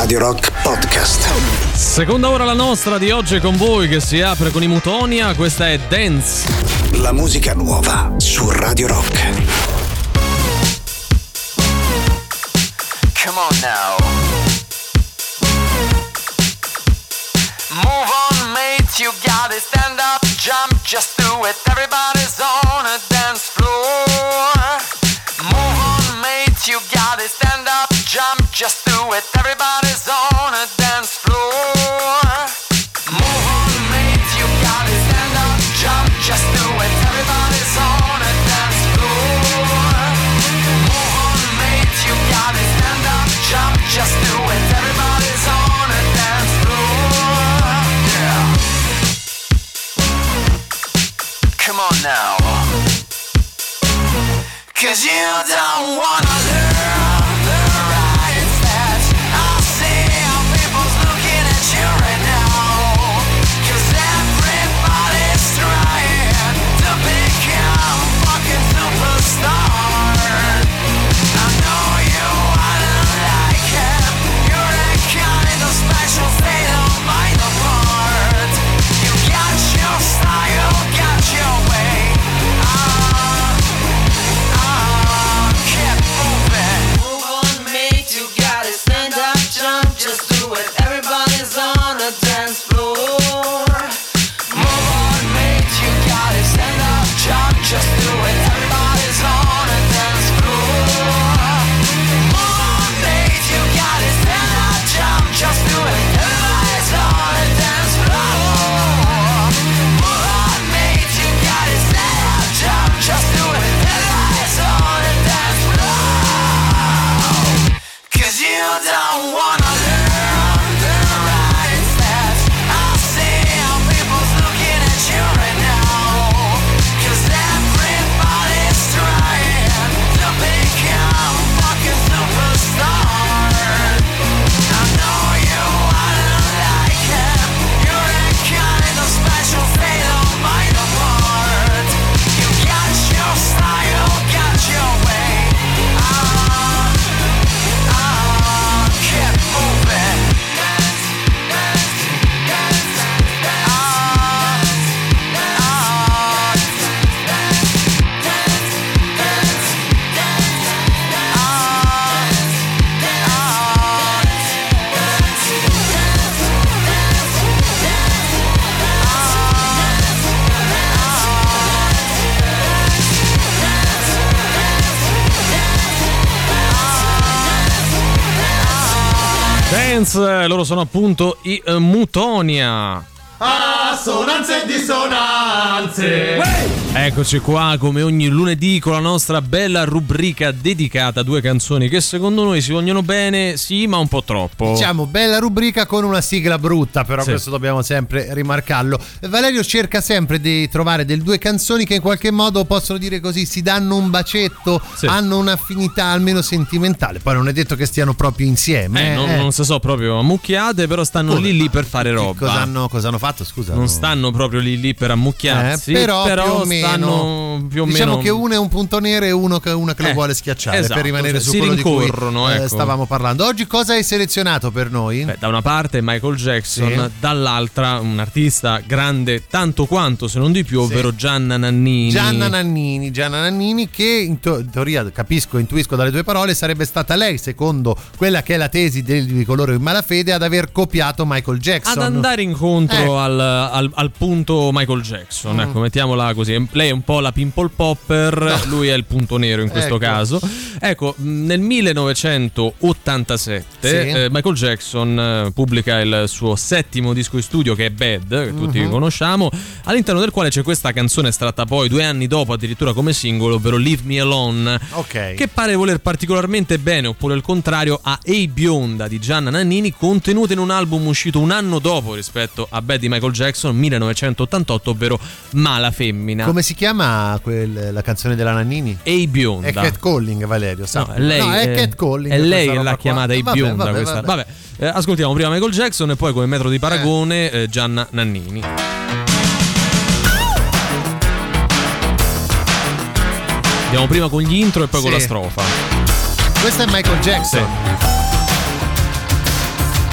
Radio Rock Podcast. Seconda ora la nostra di oggi con voi che si apre con i Mutonia, questa è Dance. La musica nuova su Radio Rock. Come on now. Move on, mate, you gotta stand up, jump, just do it. Everybody's on a dance floor. Move on, mate, you gotta stand up, jump, just do it. Everybody's on a dance floor. Move on, mate, you gotta stand up, jump, just do it. Everybody's on a dance floor. Move on, mate, you gotta stand up, jump, just do it. Everybody's on a dance floor. Yeah. Come on now. 'Cause you don't wanna learn the rights that I see how people's looking at you right now. 'Cause everybody's trying to become fucking superstar. I know you wanna like it. You're that kind of special, they don't mind apart. You got your style, got your way. Keep moving. Move on, mate, you gotta stand up, jump, just do it. Everybody's on a dance floor. Move on, mate, you gotta stand up, jump, just do it. Everybody's on a dance floor. Move on, mate, you gotta stand up, jump, just do it. Everybody's on a dance floor. Move on, mate, you gotta stand up, jump, just do it. Everybody's on a dance floor. 'Cause you don't wanna learn the rights that I see how people's looking at you right now. 'Cause everybody's trying to become fucking superstar. I know you wanna like it. You're that kind of special, they don't mind apart. You got your style, got your way. Keep moving. Dance, loro sono appunto i Mutonia. Assonanze e dissonanze. Eccoci qua come ogni lunedì con la nostra bella rubrica dedicata a due canzoni che secondo noi si vogliono bene, sì, ma un po' troppo. Diciamo bella rubrica con una sigla brutta, però sì, questo dobbiamo sempre rimarcarlo. Valerio cerca sempre di trovare delle due canzoni che in qualche modo, possono dire così, si danno un bacetto, sì, hanno un'affinità almeno sentimentale. Poi non è detto che stiano proprio insieme. Non si so proprio ammucchiate, però stanno lì per fare roba. Cosa hanno fatto? Scusa. Non stanno proprio lì per ammucchiarsi, però più o meno, più o diciamo meno. Che uno è un punto nero e una che lo vuole schiacciare, esatto, per rimanere su si quello rincorrono, di cui stavamo parlando. Oggi cosa hai selezionato per noi? Da una parte Michael Jackson, sì, dall'altra un artista grande tanto quanto se non di più, ovvero Gianna Nannini. Gianna Nannini che in teoria, intuisco dalle tue parole, sarebbe stata lei, secondo quella che è la tesi di coloro in malafede, ad aver copiato Michael Jackson, ad andare incontro al punto Michael Jackson, ecco, mettiamola così. Lei è un po' la pimple popper, lui è il punto nero in questo caso. Ecco, nel 1987 sì, Michael Jackson pubblica il suo settimo disco di studio, che è Bad, che tutti conosciamo, all'interno del quale c'è questa canzone estratta poi 2 anni dopo addirittura come singolo, ovvero Leave Me Alone, che pare voler particolarmente bene, oppure il contrario, a Hey Bionda di Gianna Nannini, contenuta in un album uscito un anno dopo rispetto a Bad di Michael Jackson, 1988, ovvero Mala Femmina. Come si chiama la canzone della Nannini? Hey Bionda. È catcalling, Valerio, no, è catcalling. È lei che l'ha chiamata Hey Bionda. Vabbè. Ascoltiamo prima Michael Jackson e poi come metro di paragone Gianna Nannini. Andiamo prima con gli intro e poi con la strofa. Questo è Michael Jackson. Sì.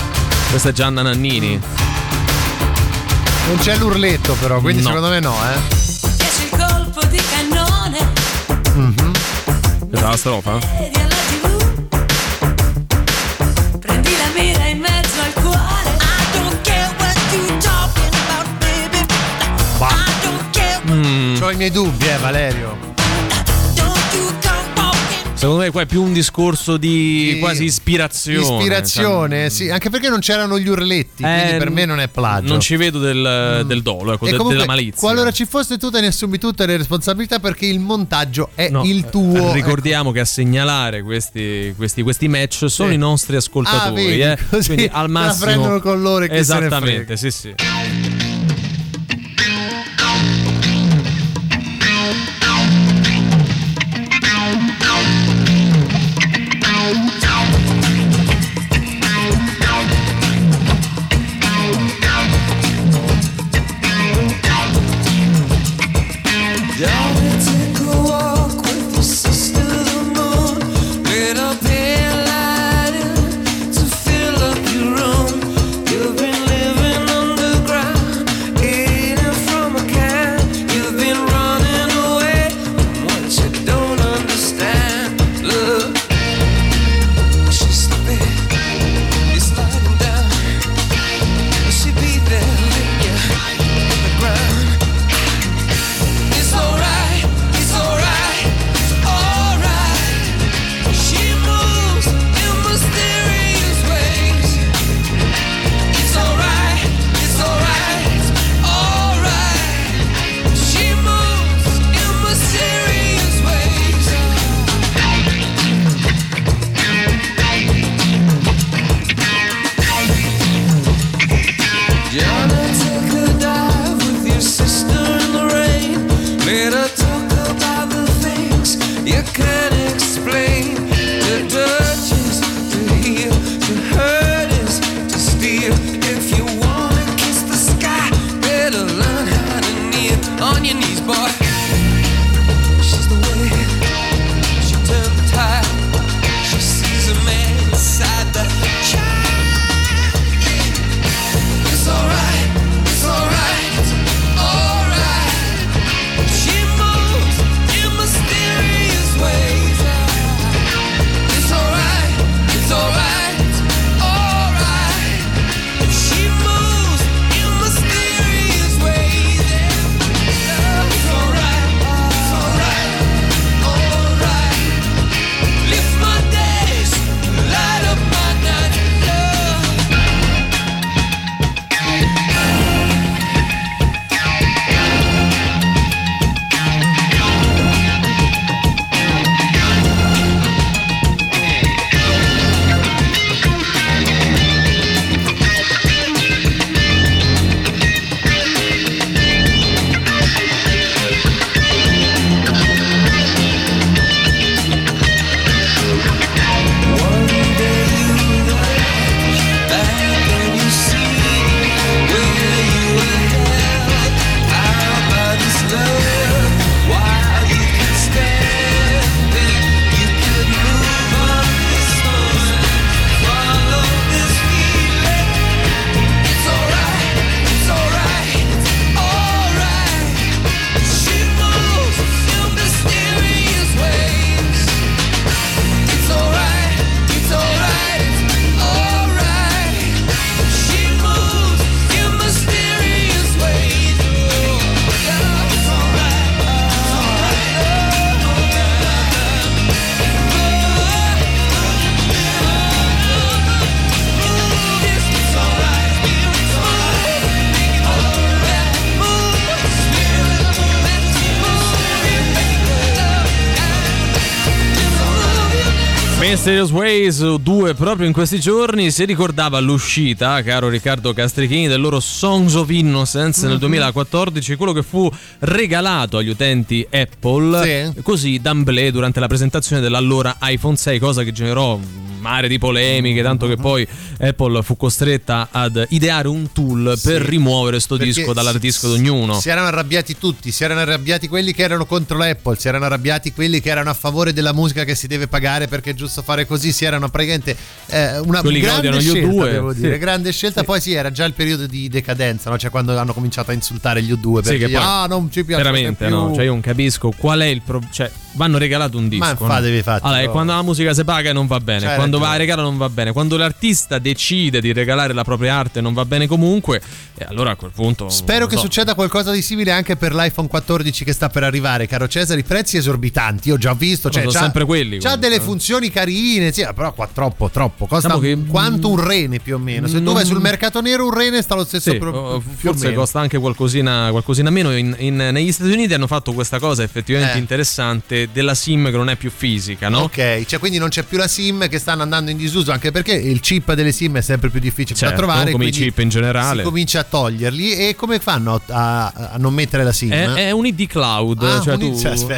Questa è Gianna Nannini. Non c'è l'urletto però, quindi no. Secondo me no, Esce il colpo di cannone. Questa è la strofa? Vedi alla TV. Prendi la mira in mezzo al cuore. I don't care what you talking about, baby. I don't care. C'ho i miei dubbi, Valerio. Don't you come walking. Secondo me qua è più un discorso di quasi ispirazione. Sì, anche perché non c'erano gli urletti, quindi per me non è plagio. Non ci vedo del dolo, ecco, della malizia. Qualora ci fosse, tu te ne assumi tutte le responsabilità perché il montaggio è il tuo. Ricordiamo che a segnalare questi match sono i nostri ascoltatori. Vedi, così quindi al massimo la prendono con loro e chi se ne frega. Esattamente, sì. You've been living underground. Mysterious Ways 2 proprio in questi giorni si ricordava l'uscita, caro Riccardo Castrichini, del loro Songs of Innocence nel 2014, quello che fu regalato agli utenti Apple così d'amblè durante la presentazione dell'allora iPhone 6, cosa che generò mare di polemiche, tanto che poi Apple fu costretta ad ideare un tool per rimuovere sto disco dall'hard disk di ognuno. Si erano arrabbiati tutti, si erano arrabbiati quelli che erano contro l'Apple, si erano arrabbiati quelli che erano a favore della musica che si deve pagare perché è giusto fare così, si erano praticamente una quelli grande scelta, U2, devo dire, sì. grande scelta. Poi sì, era già il periodo di decadenza, no? Cioè quando hanno cominciato a insultare gli U2 perché che poi, non ci piace veramente più. no, cioè io non capisco qual è il cioè vanno regalato un disco, ma devi fare. Allora, quando la musica si paga non va bene, C'hai quando ragione. va a regalo non va bene, quando l'artista decide di regalare la propria arte non va bene comunque, e allora a quel punto spero che succeda qualcosa di simile anche per l'iPhone 14 che sta per arrivare, caro Cesare. I prezzi esorbitanti, io ho già visto, cioè, sono c'ha sempre quelli c'ha comunque, delle funzioni carine, sì, però qua troppo costa Diciamo quanto un rene più o meno. Se tu vai sul mercato nero un rene sta lo stesso sì, più o forse meno. costa anche qualcosina meno. Negli Stati Uniti hanno fatto questa cosa effettivamente interessante della SIM che non è più fisica, no? Ok, cioè quindi non c'è più la SIM, che stanno andando in disuso, anche perché il chip delle SIM è sempre più difficile da trovare, come i chip in generale. Si comincia a toglierli. E come fanno a non mettere la SIM? È un ID Cloud, cioè tu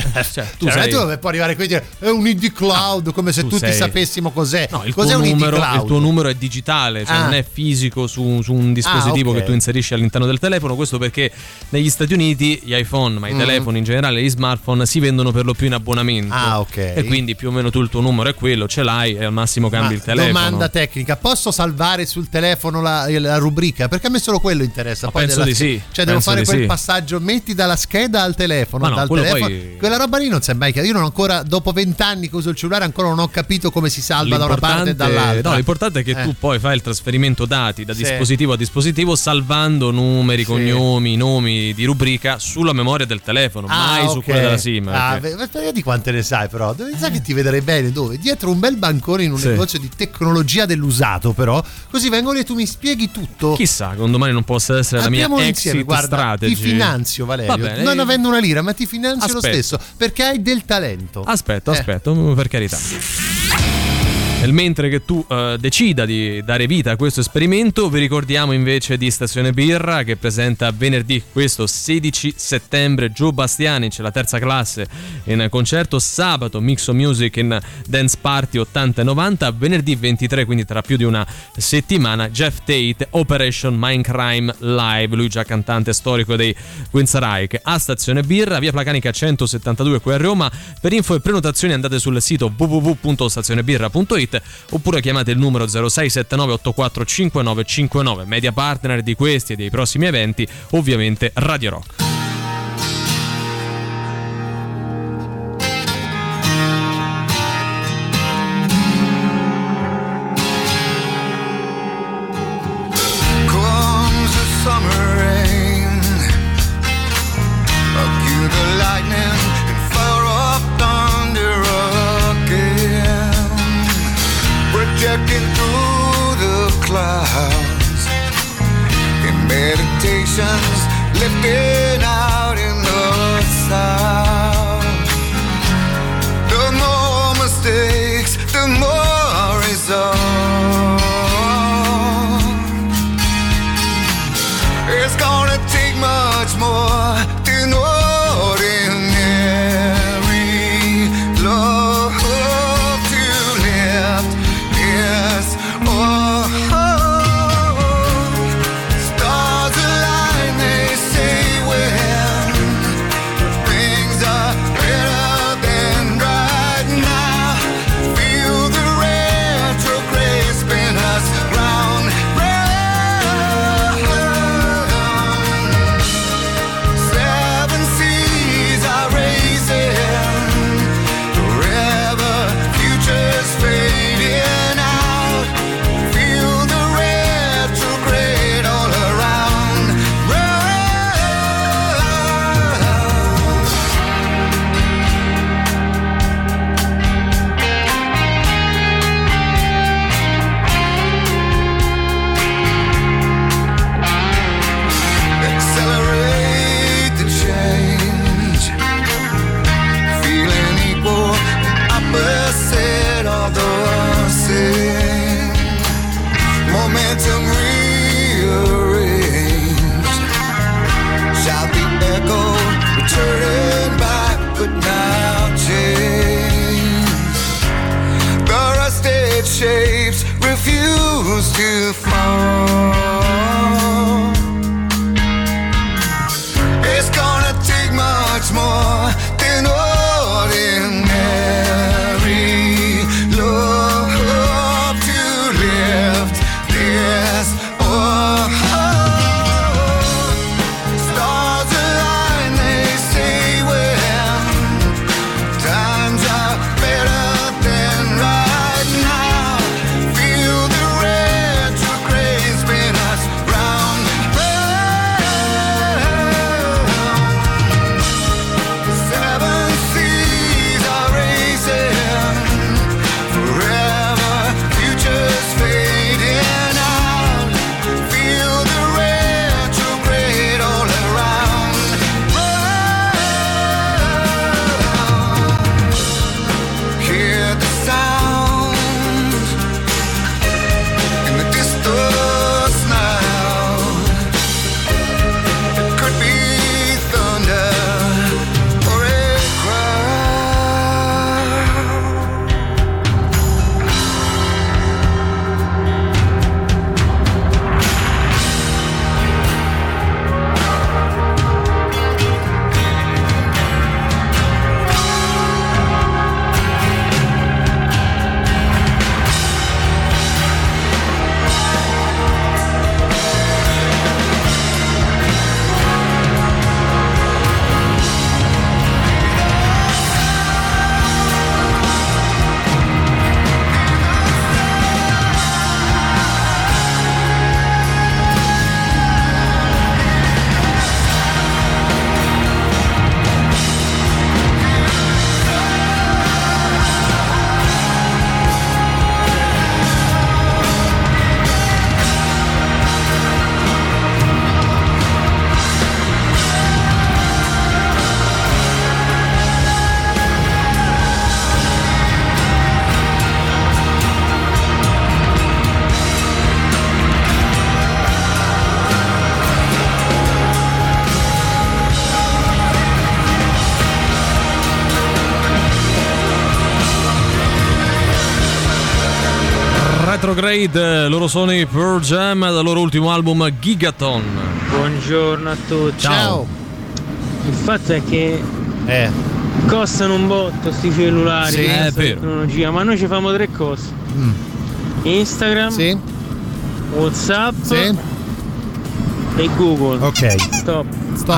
tu puoi arrivare qui e dire è un ID Cloud, come se tutti sapessimo cos'è. No, cos'è un ID Cloud? Il tuo numero è digitale, cioè non è fisico su un dispositivo okay, che tu inserisci all'interno del telefono. Questo perché negli Stati Uniti gli iPhone, ma i telefoni in generale, gli smartphone si vendono per lo più in abbonamento. Ok. E quindi più o meno tu il tuo numero è quello, ce l'hai e al massimo cambi il telefono. Domanda tecnica: posso salvare sul telefono la rubrica? Perché a me solo quello interessa. Poi penso di sì. Cioè devo fare quel passaggio, metti dalla scheda al telefono, dal telefono. Quella roba lì non si è mai chiaro. Io non ancora, dopo 20 anni che uso il cellulare, ancora non ho capito come si salva da una parte e dall'altra. No, l'importante è che tu poi fai il trasferimento dati da dispositivo a dispositivo, salvando numeri, cognomi, nomi di rubrica sulla memoria del telefono, mai su quella della SIM. Vedi quante ne sai, però. Sai che ti vedrei bene dove? Dietro un bel bancone in un negozio di tecnologia dell'usato, però. Così vengono e tu mi spieghi tutto. Chissà, che un domani non possa essere la mia exit strategy. Ti finanzio, Valerio. Non avendo una lira, ma ti finanzio lo stesso, perché hai del talento. Aspetto, per carità. Nel mentre che tu decida di dare vita a questo esperimento, vi ricordiamo invece di Stazione Birra, che presenta venerdì, questo 16 settembre, Joe Bastianic, la terza classe in concerto, sabato Mixo Music in Dance Party 80 e 90, venerdì 23, quindi tra più di una settimana, Jeff Tate, Operation Mindcrime Live, lui già cantante storico dei Queensryche, a Stazione Birra, via Placanica 172 qui a Roma. Per info e prenotazioni andate sul sito www.stazionebirra.it oppure chiamate il numero 0679 84 5959. Media partner di questi e dei prossimi eventi, ovviamente Radio Rock. Lifted out in the sound. The more mistakes, the more results. It's gonna take much more than ordinary love to lift. Yes, stars align, they say, when things are better than right now. Feel the retrograde spin us round, round. 7 seas are racing forever, future's fading out. Feel the retrograde all around, accelerate the change. Feeling equal, opposite of the same. Momentum rearranged. Shout the echo, returning back, but now changed. The rusted shapes refuse to fall. It's gonna take much more than ordinary love. Retrograde, loro sono i Pearl Jam dal loro ultimo album Gigaton. Buongiorno a tutti. Ciao. Il fatto è che costano un botto sti cellulari, sì, è vero. Tecnologia, ma noi ci famo 3 cose. Instagram, sì. WhatsApp, sì. e Google. Ok. Stop.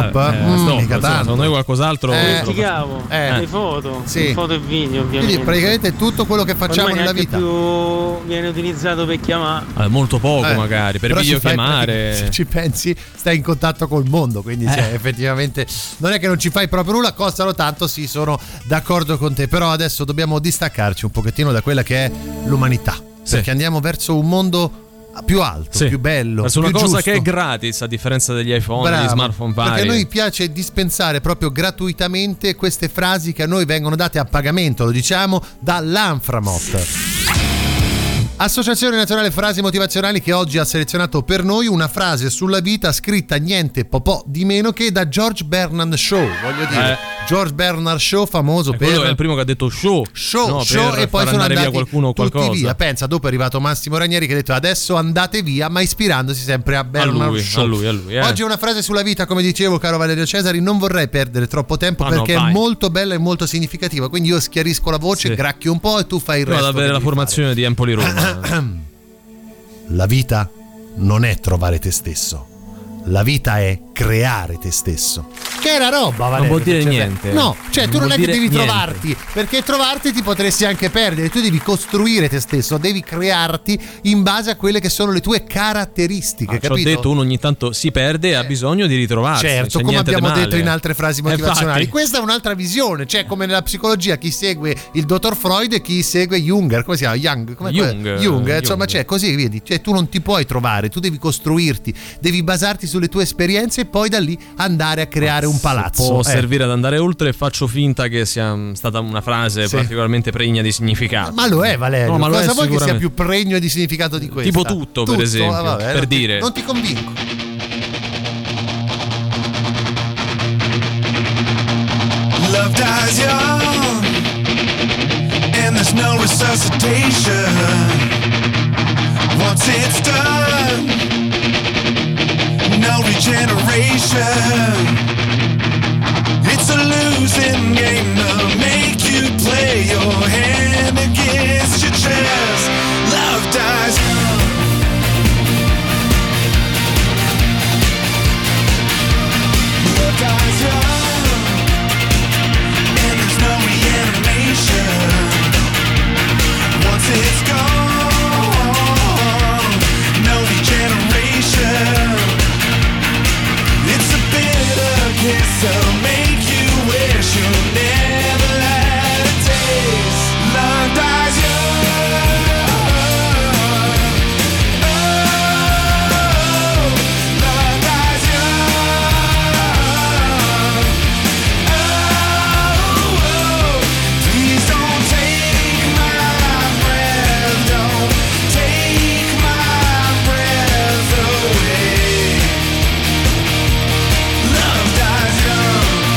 Secondo noi qualcos'altro dimenticavo le foto, sì. foto e video, ovviamente. Quindi praticamente tutto quello che facciamo ormai nella vita più viene utilizzato per chiamare. Molto poco magari per videochiamare. Se ci pensi, stai in contatto col mondo, quindi effettivamente non è che non ci fai proprio nulla, costano tanto, sì, sono d'accordo con te, però adesso dobbiamo distaccarci un pochettino da quella che è l'umanità, perché andiamo verso un mondo più alto, più bello, verso una più cosa giusto, che è gratis a differenza degli iPhone, degli smartphone vari. Perché a noi piace dispensare proprio gratuitamente queste frasi che a noi vengono date a pagamento, lo diciamo, dall'Anframot, Associazione Nazionale Frasi Motivazionali, che oggi ha selezionato per noi una frase sulla vita scritta niente po' di meno che da George Bernard Shaw, voglio dire. George Bernard Shaw, famoso per... Quello è il primo che ha detto show e poi sono andati via qualcuno o tutti qualcosa. via. Pensa, dopo è arrivato Massimo Ranieri che ha detto adesso andate via, ma ispirandosi sempre a Bernard Shaw. A lui. Oggi è una frase sulla vita, come dicevo, caro Valerio Cesari, non vorrei perdere troppo tempo perché è molto bella e molto significativa, quindi io schiarisco la voce, gracchio un po' e tu fai il resto. Vado ad avere la formazione di Empoli Roma. La vita non è trovare te stesso, la vita è creare te stesso. Che è una roba, Valerio. Non vuol dire niente. No, cioè tu non è che devi niente. trovarti, perché trovarti ti potresti anche perdere. Tu devi costruire te stesso, devi crearti in base a quelle che sono le tue caratteristiche, capito? Ci ho detto, uno ogni tanto si perde e ha bisogno di ritrovarsi. Certo, come abbiamo detto in altre frasi motivazionali. Infatti. Questa è un'altra visione, cioè come nella psicologia chi segue il dottor Freud e chi segue Junger, come si chiama? Jung. Insomma, c'è così, vedi, cioè tu non ti puoi trovare, tu devi costruirti, devi basarti sulle tue esperienze e poi da lì andare a creare un palazzo. Può servire ad andare oltre, e faccio finta che sia stata una frase particolarmente pregna di significato. Ma lo è, Valerio. No, ma cosa lo è vuoi che sia sicuramente più pregno di significato di questo? Tipo tutto, per esempio, vabbè, per dire. Non ti convinco. Love dies young, and there's no resuscitation. Once it's done, no regeneration. It's a losing game to make you play your hand against your chest. Love dies young. Love dies young, and there's no reanimation. Once it's gone, no regeneration. It's a bitter kiss that'll make you wish you never had a taste. Love dies young. Oh, love dies young. Oh, please don't take my breath. Don't take my breath away. Love dies young.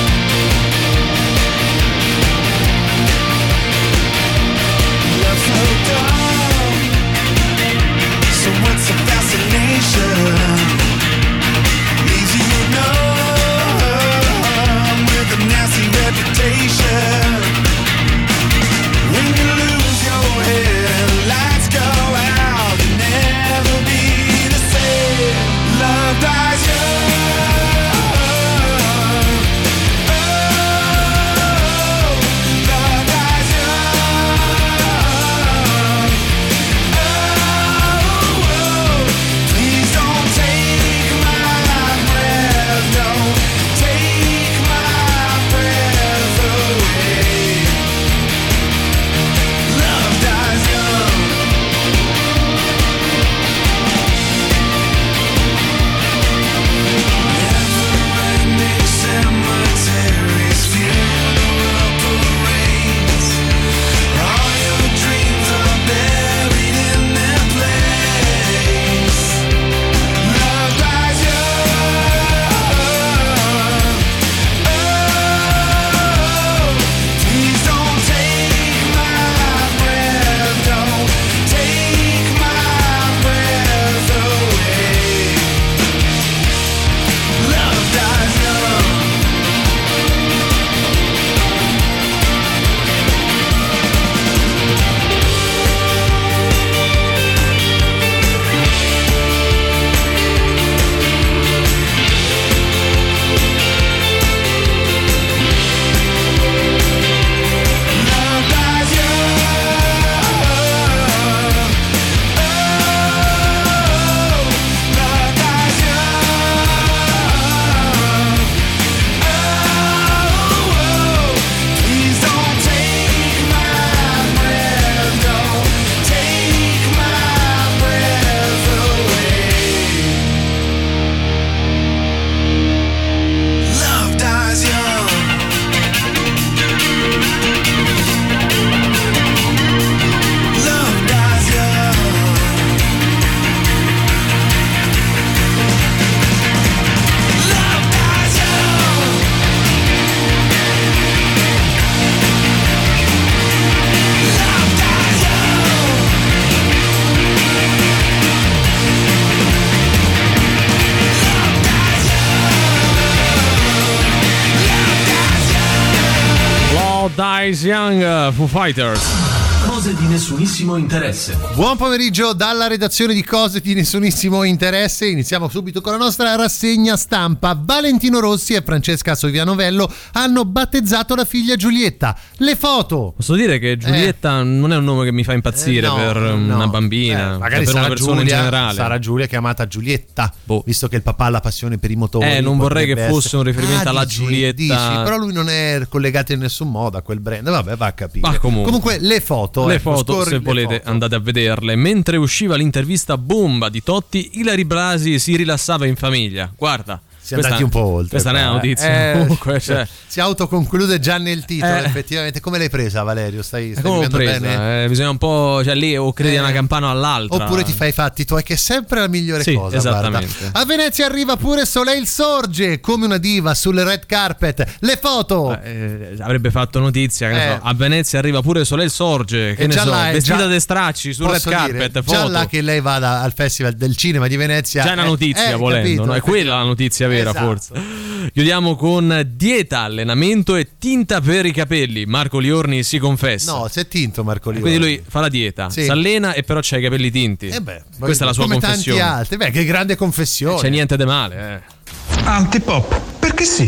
Dies Young, Foo Fighters. Cose di nessunissimo interesse. Buon pomeriggio dalla redazione di Cose di nessunissimo interesse. Iniziamo subito con la nostra rassegna stampa. Valentino Rossi e Francesca Sovianovello hanno battezzato la figlia Giulietta. Le foto. Posso dire che Giulietta non è un nome che mi fa impazzire per una bambina, magari per una persona Giulia, in generale. Sarà Giulia chiamata Giulietta, visto che il papà ha la passione per i motori. Non vorrei che fosse un riferimento alla Giulietta. Dici, però lui non è collegato in nessun modo a quel brand. Vabbè, va a capire. Ma comunque le foto. Le foto, se volete, andate a vederle. Mentre usciva l'intervista bomba di Totti, Ilary Blasi si rilassava in famiglia. Guarda. Siamo andati un po' oltre. Questa non è una notizia. Comunque, si autoconclude già nel titolo, effettivamente. Come l'hai presa, Valerio? Stai vivendo bene? Bisogna un po', lì o credi a una campana o all'altra. Oppure ti fai i fatti tuoi, che è sempre la migliore cosa. Esattamente. Guarda. A Venezia arriva pure Soleil Sorge come una diva sul red carpet. Le foto. Avrebbe fatto notizia. Che ne so, a Venezia arriva pure Soleil Sorge. Che ne so, vestita da stracci sul red carpet. Foto. Già là che lei vada al Festival del Cinema di Venezia. Già è una notizia, volendo. Capito, no? È quella la notizia vera. Esatto. Forse. Chiudiamo con dieta, allenamento e tinta per i capelli. Marco Liorni si confessa. No, si è tinto Marco Liorni. Quindi lui fa la dieta, si allena e però c'ha i capelli tinti. Questa è la sua confessione. Come tanti altri. Che grande confessione. C'è niente di male. Antipop, perché sì.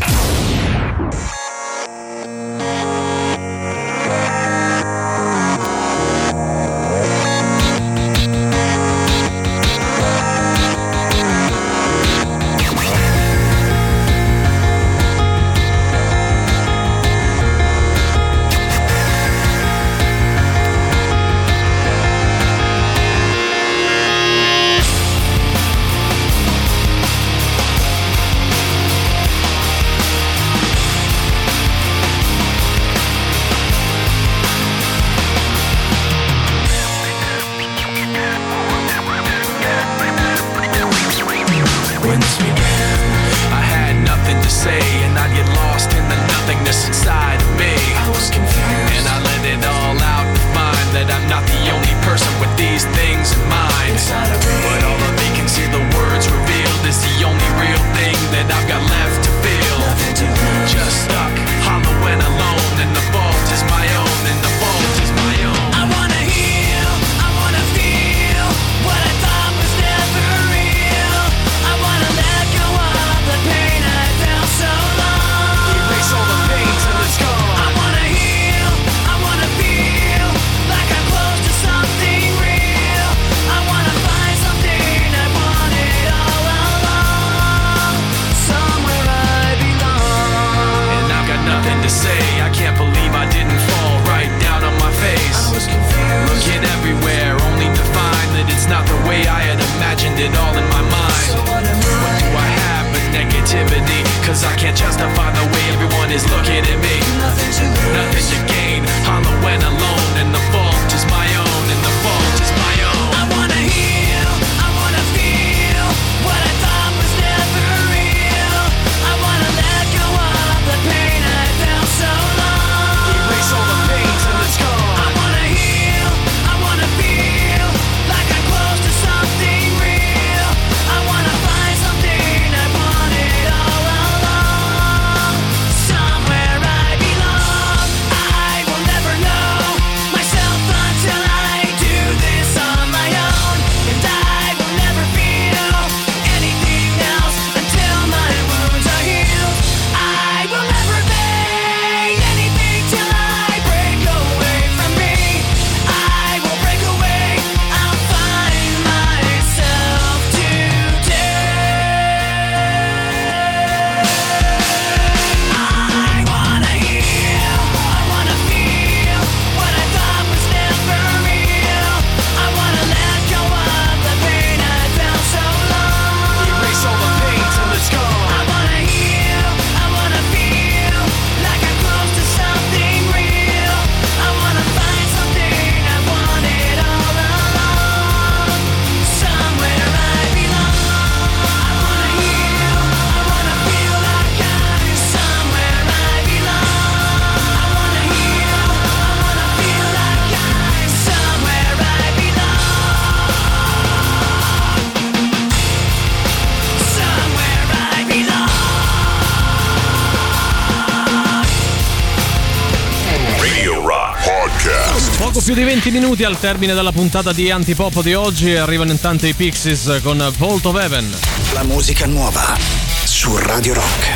Poco più di 20 minuti al termine della puntata di Antipop di oggi e arrivano intanto i Pixies con Vault of Heaven. La musica nuova su Radio Rock.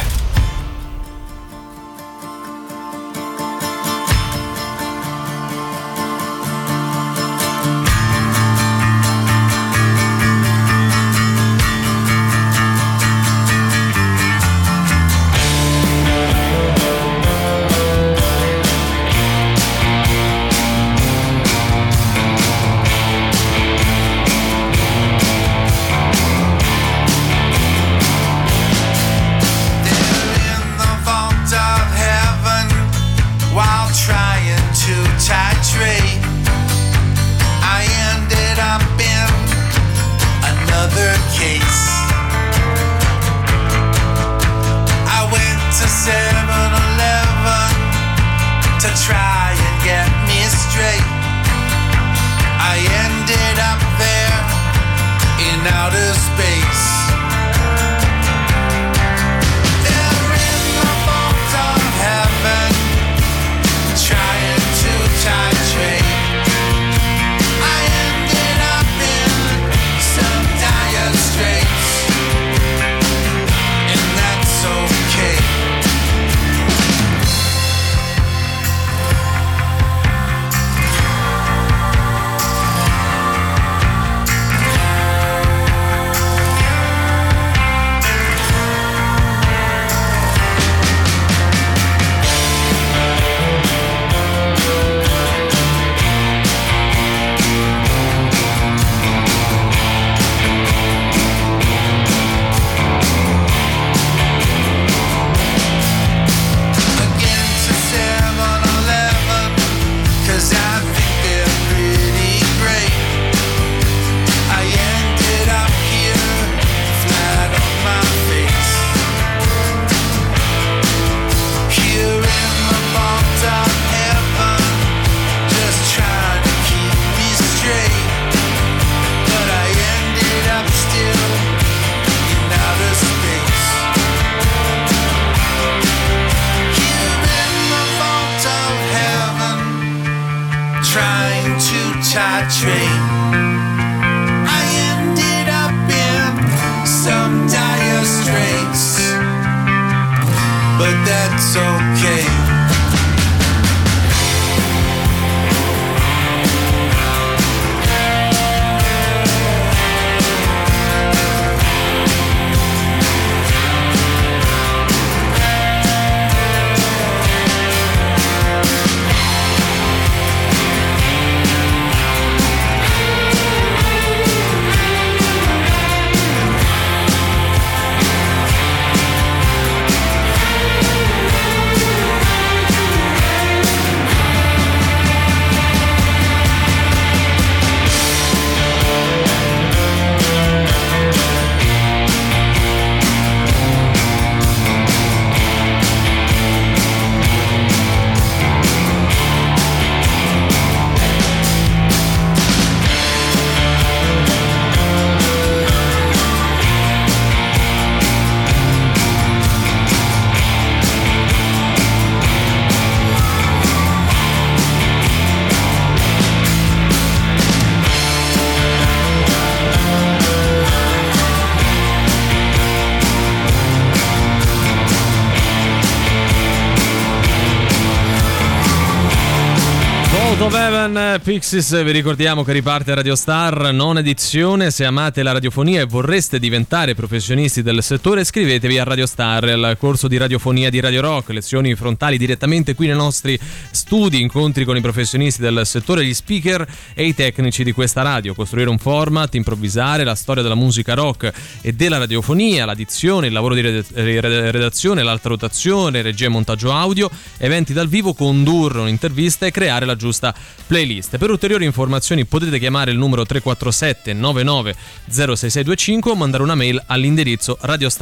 Pixies, vi ricordiamo che riparte Radio Star, nona edizione. Se amate la radiofonia e vorreste diventare professionisti del settore, iscrivetevi a Radio Star, al corso di radiofonia di Radio Rock, lezioni frontali direttamente qui nei nostri studi, incontri con i professionisti del settore, gli speaker e i tecnici di questa radio, costruire un format, improvvisare, la storia della musica rock e della radiofonia, la dizione, il lavoro di redazione, l'alta rotazione, regia e montaggio audio, eventi dal vivo, condurre un'intervista e creare la giusta playlist. Per ulteriori informazioni potete chiamare il numero 347 99 06625 o mandare una mail all'indirizzo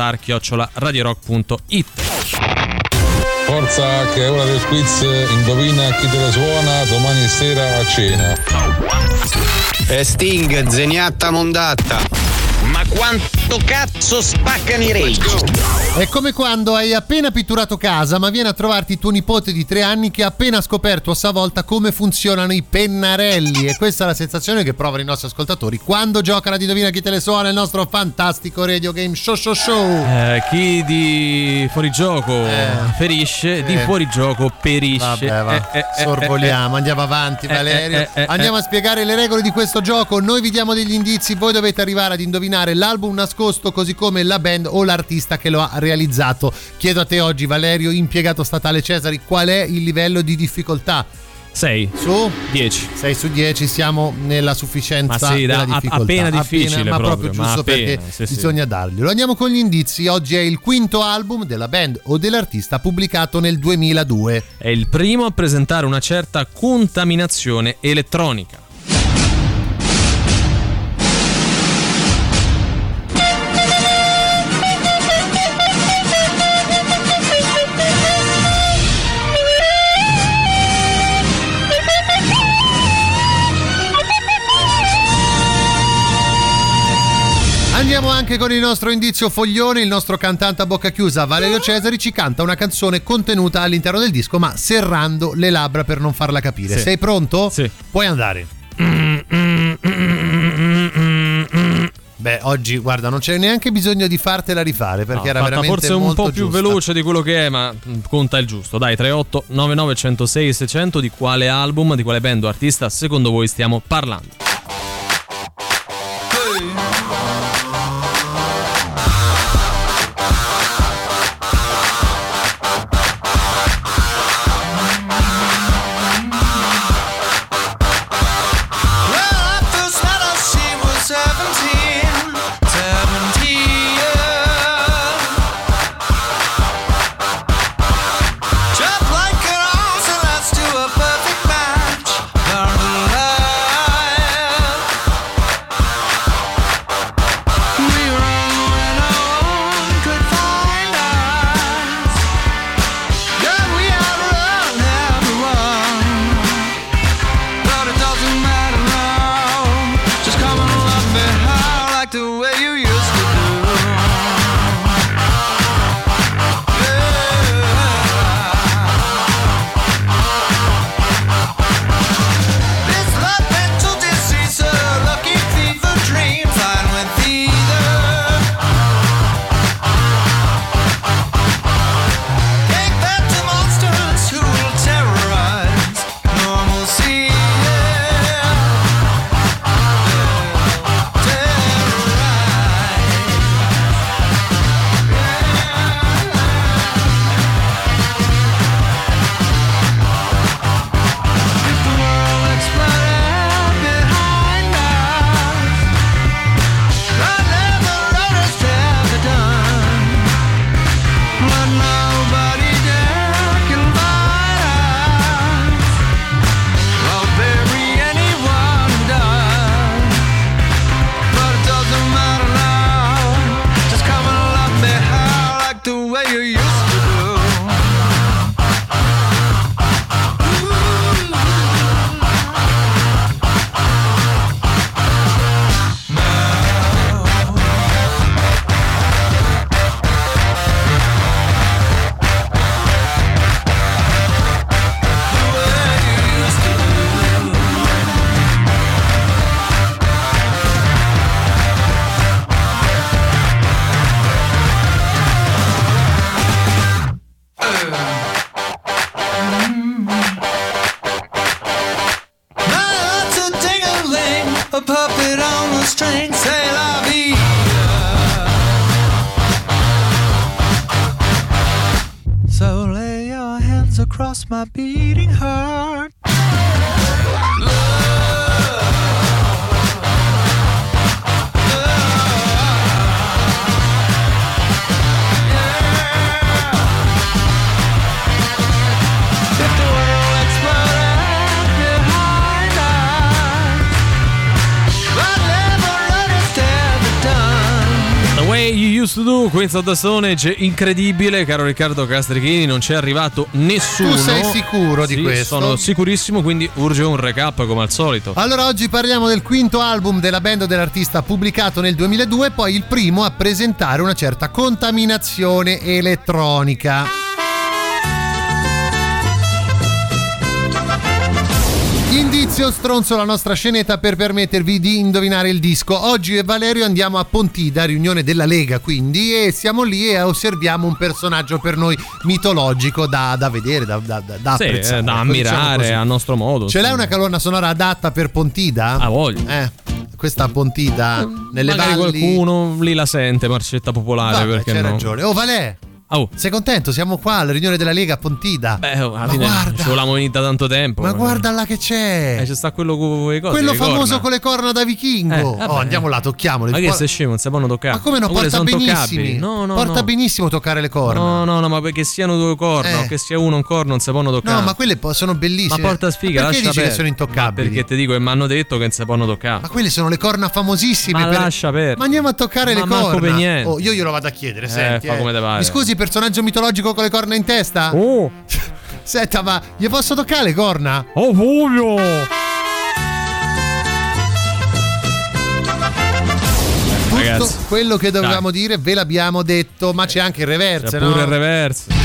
radiostar@radiorock.it. Forza, che è ora del quiz, indovina chi te la suona domani sera a cena. Sting, Zeniatta Mondatta. Ma quanto quanto cazzo spaccano i rage. È come quando hai appena pitturato casa, ma viene a trovarti tuo nipote di 3 anni che ha appena scoperto a sua volta come funzionano i pennarelli. E questa è la sensazione che provano i nostri ascoltatori quando giocano ad Indovina chi te le suona, il nostro fantastico radio game show. Chi di fuorigioco ferisce, di fuorigioco perisce. Vabbè, sorvoliamo, andiamo avanti, Valerio. Andiamo a spiegare le regole di questo gioco. Noi vi diamo degli indizi, voi dovete arrivare ad indovinare l'album nascosto, così come la band o l'artista che lo ha realizzato. Chiedo a te oggi, Valerio, impiegato statale Cesari, qual è il livello di difficoltà? 6 su 10. 6 su 10, siamo nella sufficienza della difficoltà. Appena difficile, ma proprio giusto, perché bisogna darglielo. Andiamo con gli indizi. Oggi è il quinto album della band o dell'artista pubblicato nel 2002. È il primo a presentare una certa contaminazione elettronica. Andiamo anche con il nostro indizio foglione. Il nostro cantante a bocca chiusa, Valerio Cesari, ci canta una canzone contenuta all'interno del disco, ma serrando le labbra per non farla capire. Sì. Sei pronto? Sì. Puoi andare. Beh, oggi guarda, non c'è neanche bisogno di fartela rifare, perché era veramente forse un molto po' più giusta. veloce di quello che è, ma conta il giusto. Dai, 38 99 106 600, di quale album, di quale band o artista secondo voi stiamo parlando? Across my beating heart. You Used Used to Do, Queens of the Stone Age, incredibile, caro Riccardo Castrichini, non c'è arrivato nessuno. Tu sei sicuro di questo? Sono sicurissimo, quindi urge un recap come al solito. Allora oggi parliamo del quinto album della band o dell'artista pubblicato nel 2002, poi il primo a presentare una certa contaminazione elettronica. Indizio stronzo, la nostra scenetta per permettervi di indovinare il disco. Oggi e Valerio andiamo a Pontida, riunione della Lega quindi, e siamo lì e osserviamo un personaggio per noi mitologico da vedere, da apprezzare, da ammirare, diciamo a nostro modo. Ce l'hai una colonna sonora adatta per Pontida? Ah, voglio. Questa Pontida nelle magari valli. Qualcuno lì la sente, Marcetta Popolare. Vabbè, perché c'hai no? ragione. Oh Valè, sei contento? Siamo qua alla riunione della Lega a Pontida. Alla fine ci volevamo venire da tanto tempo. Ma guarda là che c'è. C'è sta quello con le cose. Quello famoso con le corna da vichingo. Andiamo là, tocchiamole. Ma che sei scemo, non si possono toccare. Ma come no? Porta benissimo. Porta benissimo toccare le corna. No, ma perché siano due corna o che sia uno un corno non si possono toccare. No, ma quelle sono bellissime. Ma porta sfiga, ma perché lascia dici che sono intoccabili? Perché ti dico che mi hanno detto che non si possono toccare. Ma quelle sono le corna famosissime. Ma lascia perdere. Ma andiamo a toccare le corna. Per niente. Io glielo vado a chiedere, senti. Fa come te pare. Mi scusi, personaggio mitologico con le corna in testa? Senta, ma gli posso toccare le corna? Oh, voglio! Tutto quello che dovevamo dire ve l'abbiamo detto, ma c'è anche il reverse, c'è pure il reverse.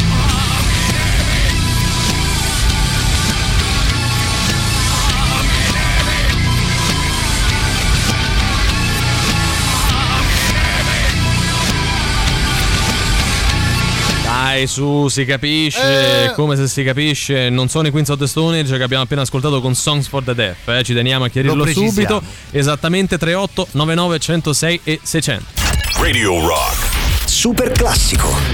Dai, su, si capisce, come se si capisce, non sono i Queens of the Stone Age che abbiamo appena ascoltato con Songs for the Deaf, ci teniamo a chiarirlo subito, esattamente 38 99 106 e 600. Radio Rock Super classico.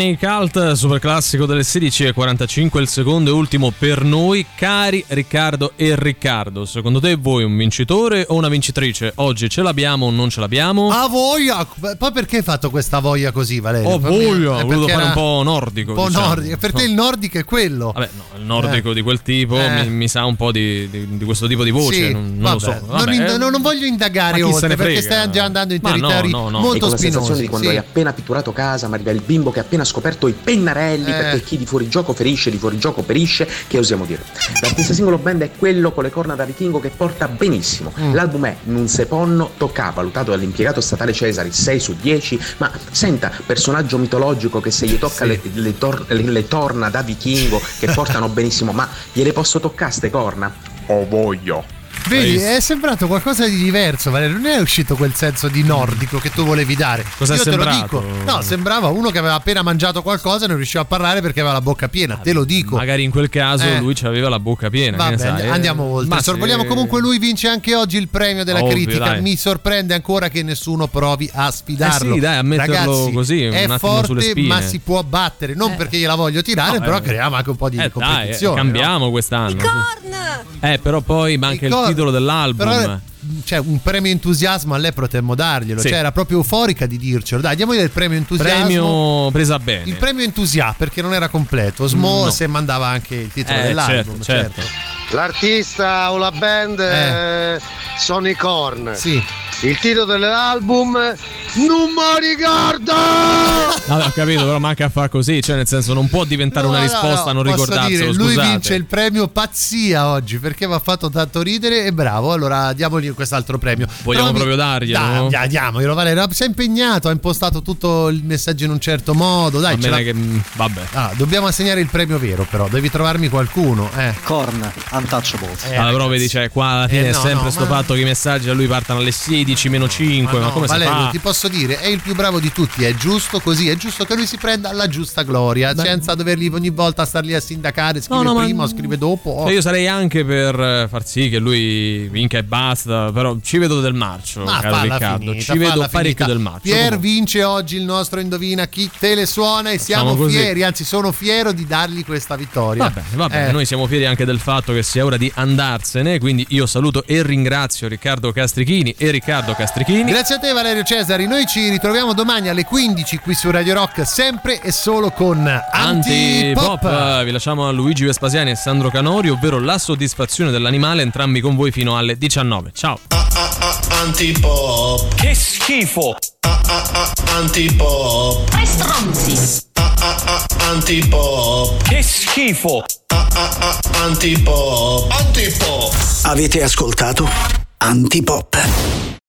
Anni Cult, super classico delle 16:45, il secondo e ultimo per noi. Cari Riccardo e Riccardo, secondo te voi un vincitore o una vincitrice? Oggi ce l'abbiamo o non ce l'abbiamo? A voglia! Poi perché hai fatto questa voglia così, Valerio? Oh, voglia! Ho voluto fare un po' nordico. Un po' diciamo. nordico. Per te il nordico è quello? Vabbè, no, il nordico di quel tipo mi sa un po' di questo tipo di voce. Sì, non lo so. Non voglio indagare oltre, perché stai già andando in territori molto spinosi. La sensazione di quando hai appena pitturato casa, ma arriva il bimbo che ha appena scoperto i pennarelli, perché chi di fuori gioco ferisce, di fuori gioco perisce, che osiamo dire. L'artista singolo band è quello con le corna da vichingo che porta benissimo. L'album è Non se ponno, tocca, valutato dall'impiegato statale Cesari 6 su 10, ma senta, personaggio mitologico che se gli tocca le torna da vichingo che portano benissimo, ma gliele posso toccare ste corna? Ho voglia. Vedi, è sembrato qualcosa di diverso, Valerio. Non è uscito quel senso di nordico che tu volevi dare. Cosa è sembrato? Te lo dico. No, sembrava uno che aveva appena mangiato qualcosa e non riusciva a parlare perché aveva la bocca piena. Te lo dico. Magari in quel caso lui aveva la bocca piena. Vabbè, andiamo oltre. Sorvoliamo comunque, lui vince anche oggi il premio della critica. Dai. Mi sorprende ancora che nessuno provi a sfidarlo. Sì, dai, a metterlo. Ragazzi, così. È un forte, sulle spine. ma si può battere. Non perché gliela voglio tirare, però creiamo anche un po' di competizione. Cambiamo quest'anno. Però poi manca il titolo dell'album. Cioè, un premio entusiasmo a lei potremmo darglielo. Cioè, era proprio euforica di dircelo. Dai, diamogli il premio entusiasmo. Premio presa bene. Il premio entusiasmo, perché non era completo. Se mandava anche il titolo dell'album. Certo. L'artista o la band sono i Korn. Sì. Il titolo dell'album non mi ricordo. Vabbè, ho capito, però manca a far così, cioè nel senso non può diventare una risposta non ricordarselo. Lui vince il premio pazzia oggi perché mi ha fatto tanto ridere e bravo. Allora diamogli quest'altro premio. Vogliamo proprio darglielo? Diamoglielo, Valerio. Si è impegnato, ha impostato tutto il messaggio in un certo modo. Dai, vabbè. Dobbiamo assegnare il premio vero, però devi trovarmi qualcuno. Korn, Untouchables. Però vedi, cioè qua alla fine è sempre sto fatto che i messaggi a lui partano alle 16:05. Ma come Valerio, si fa? ti posso dire, è il più bravo di tutti, è giusto così, è giusto che lui si prenda la giusta gloria, senza dovergli ogni volta star lì a sindacare, scrive prima o scrive dopo. Io sarei anche per far sì che lui vinca e basta, però ci vedo del marcio, caro Riccardo, ci vedo parecchio del marcio. Pier vince oggi il nostro Indovina chi te le suona e siamo fieri, anzi sono fiero di dargli questa vittoria. Vabbè, noi siamo fieri anche del fatto che sia ora di andarsene, quindi io saluto e ringrazio Riccardo Castrichini e Riccardo Castrichini. Grazie a te Valerio Cesari, noi ci ritroviamo domani alle 15 qui su Radio Rock, sempre e solo con Antipop. Vi lasciamo a Luigi Vespasiani e Sandro Canori, ovvero La soddisfazione dell'animale, entrambi con voi fino alle 19. Ciao. Antipop. Che schifo. Antipop. Che stronzi. Antipop. Che schifo. Antipop. Avete ascoltato Antipop.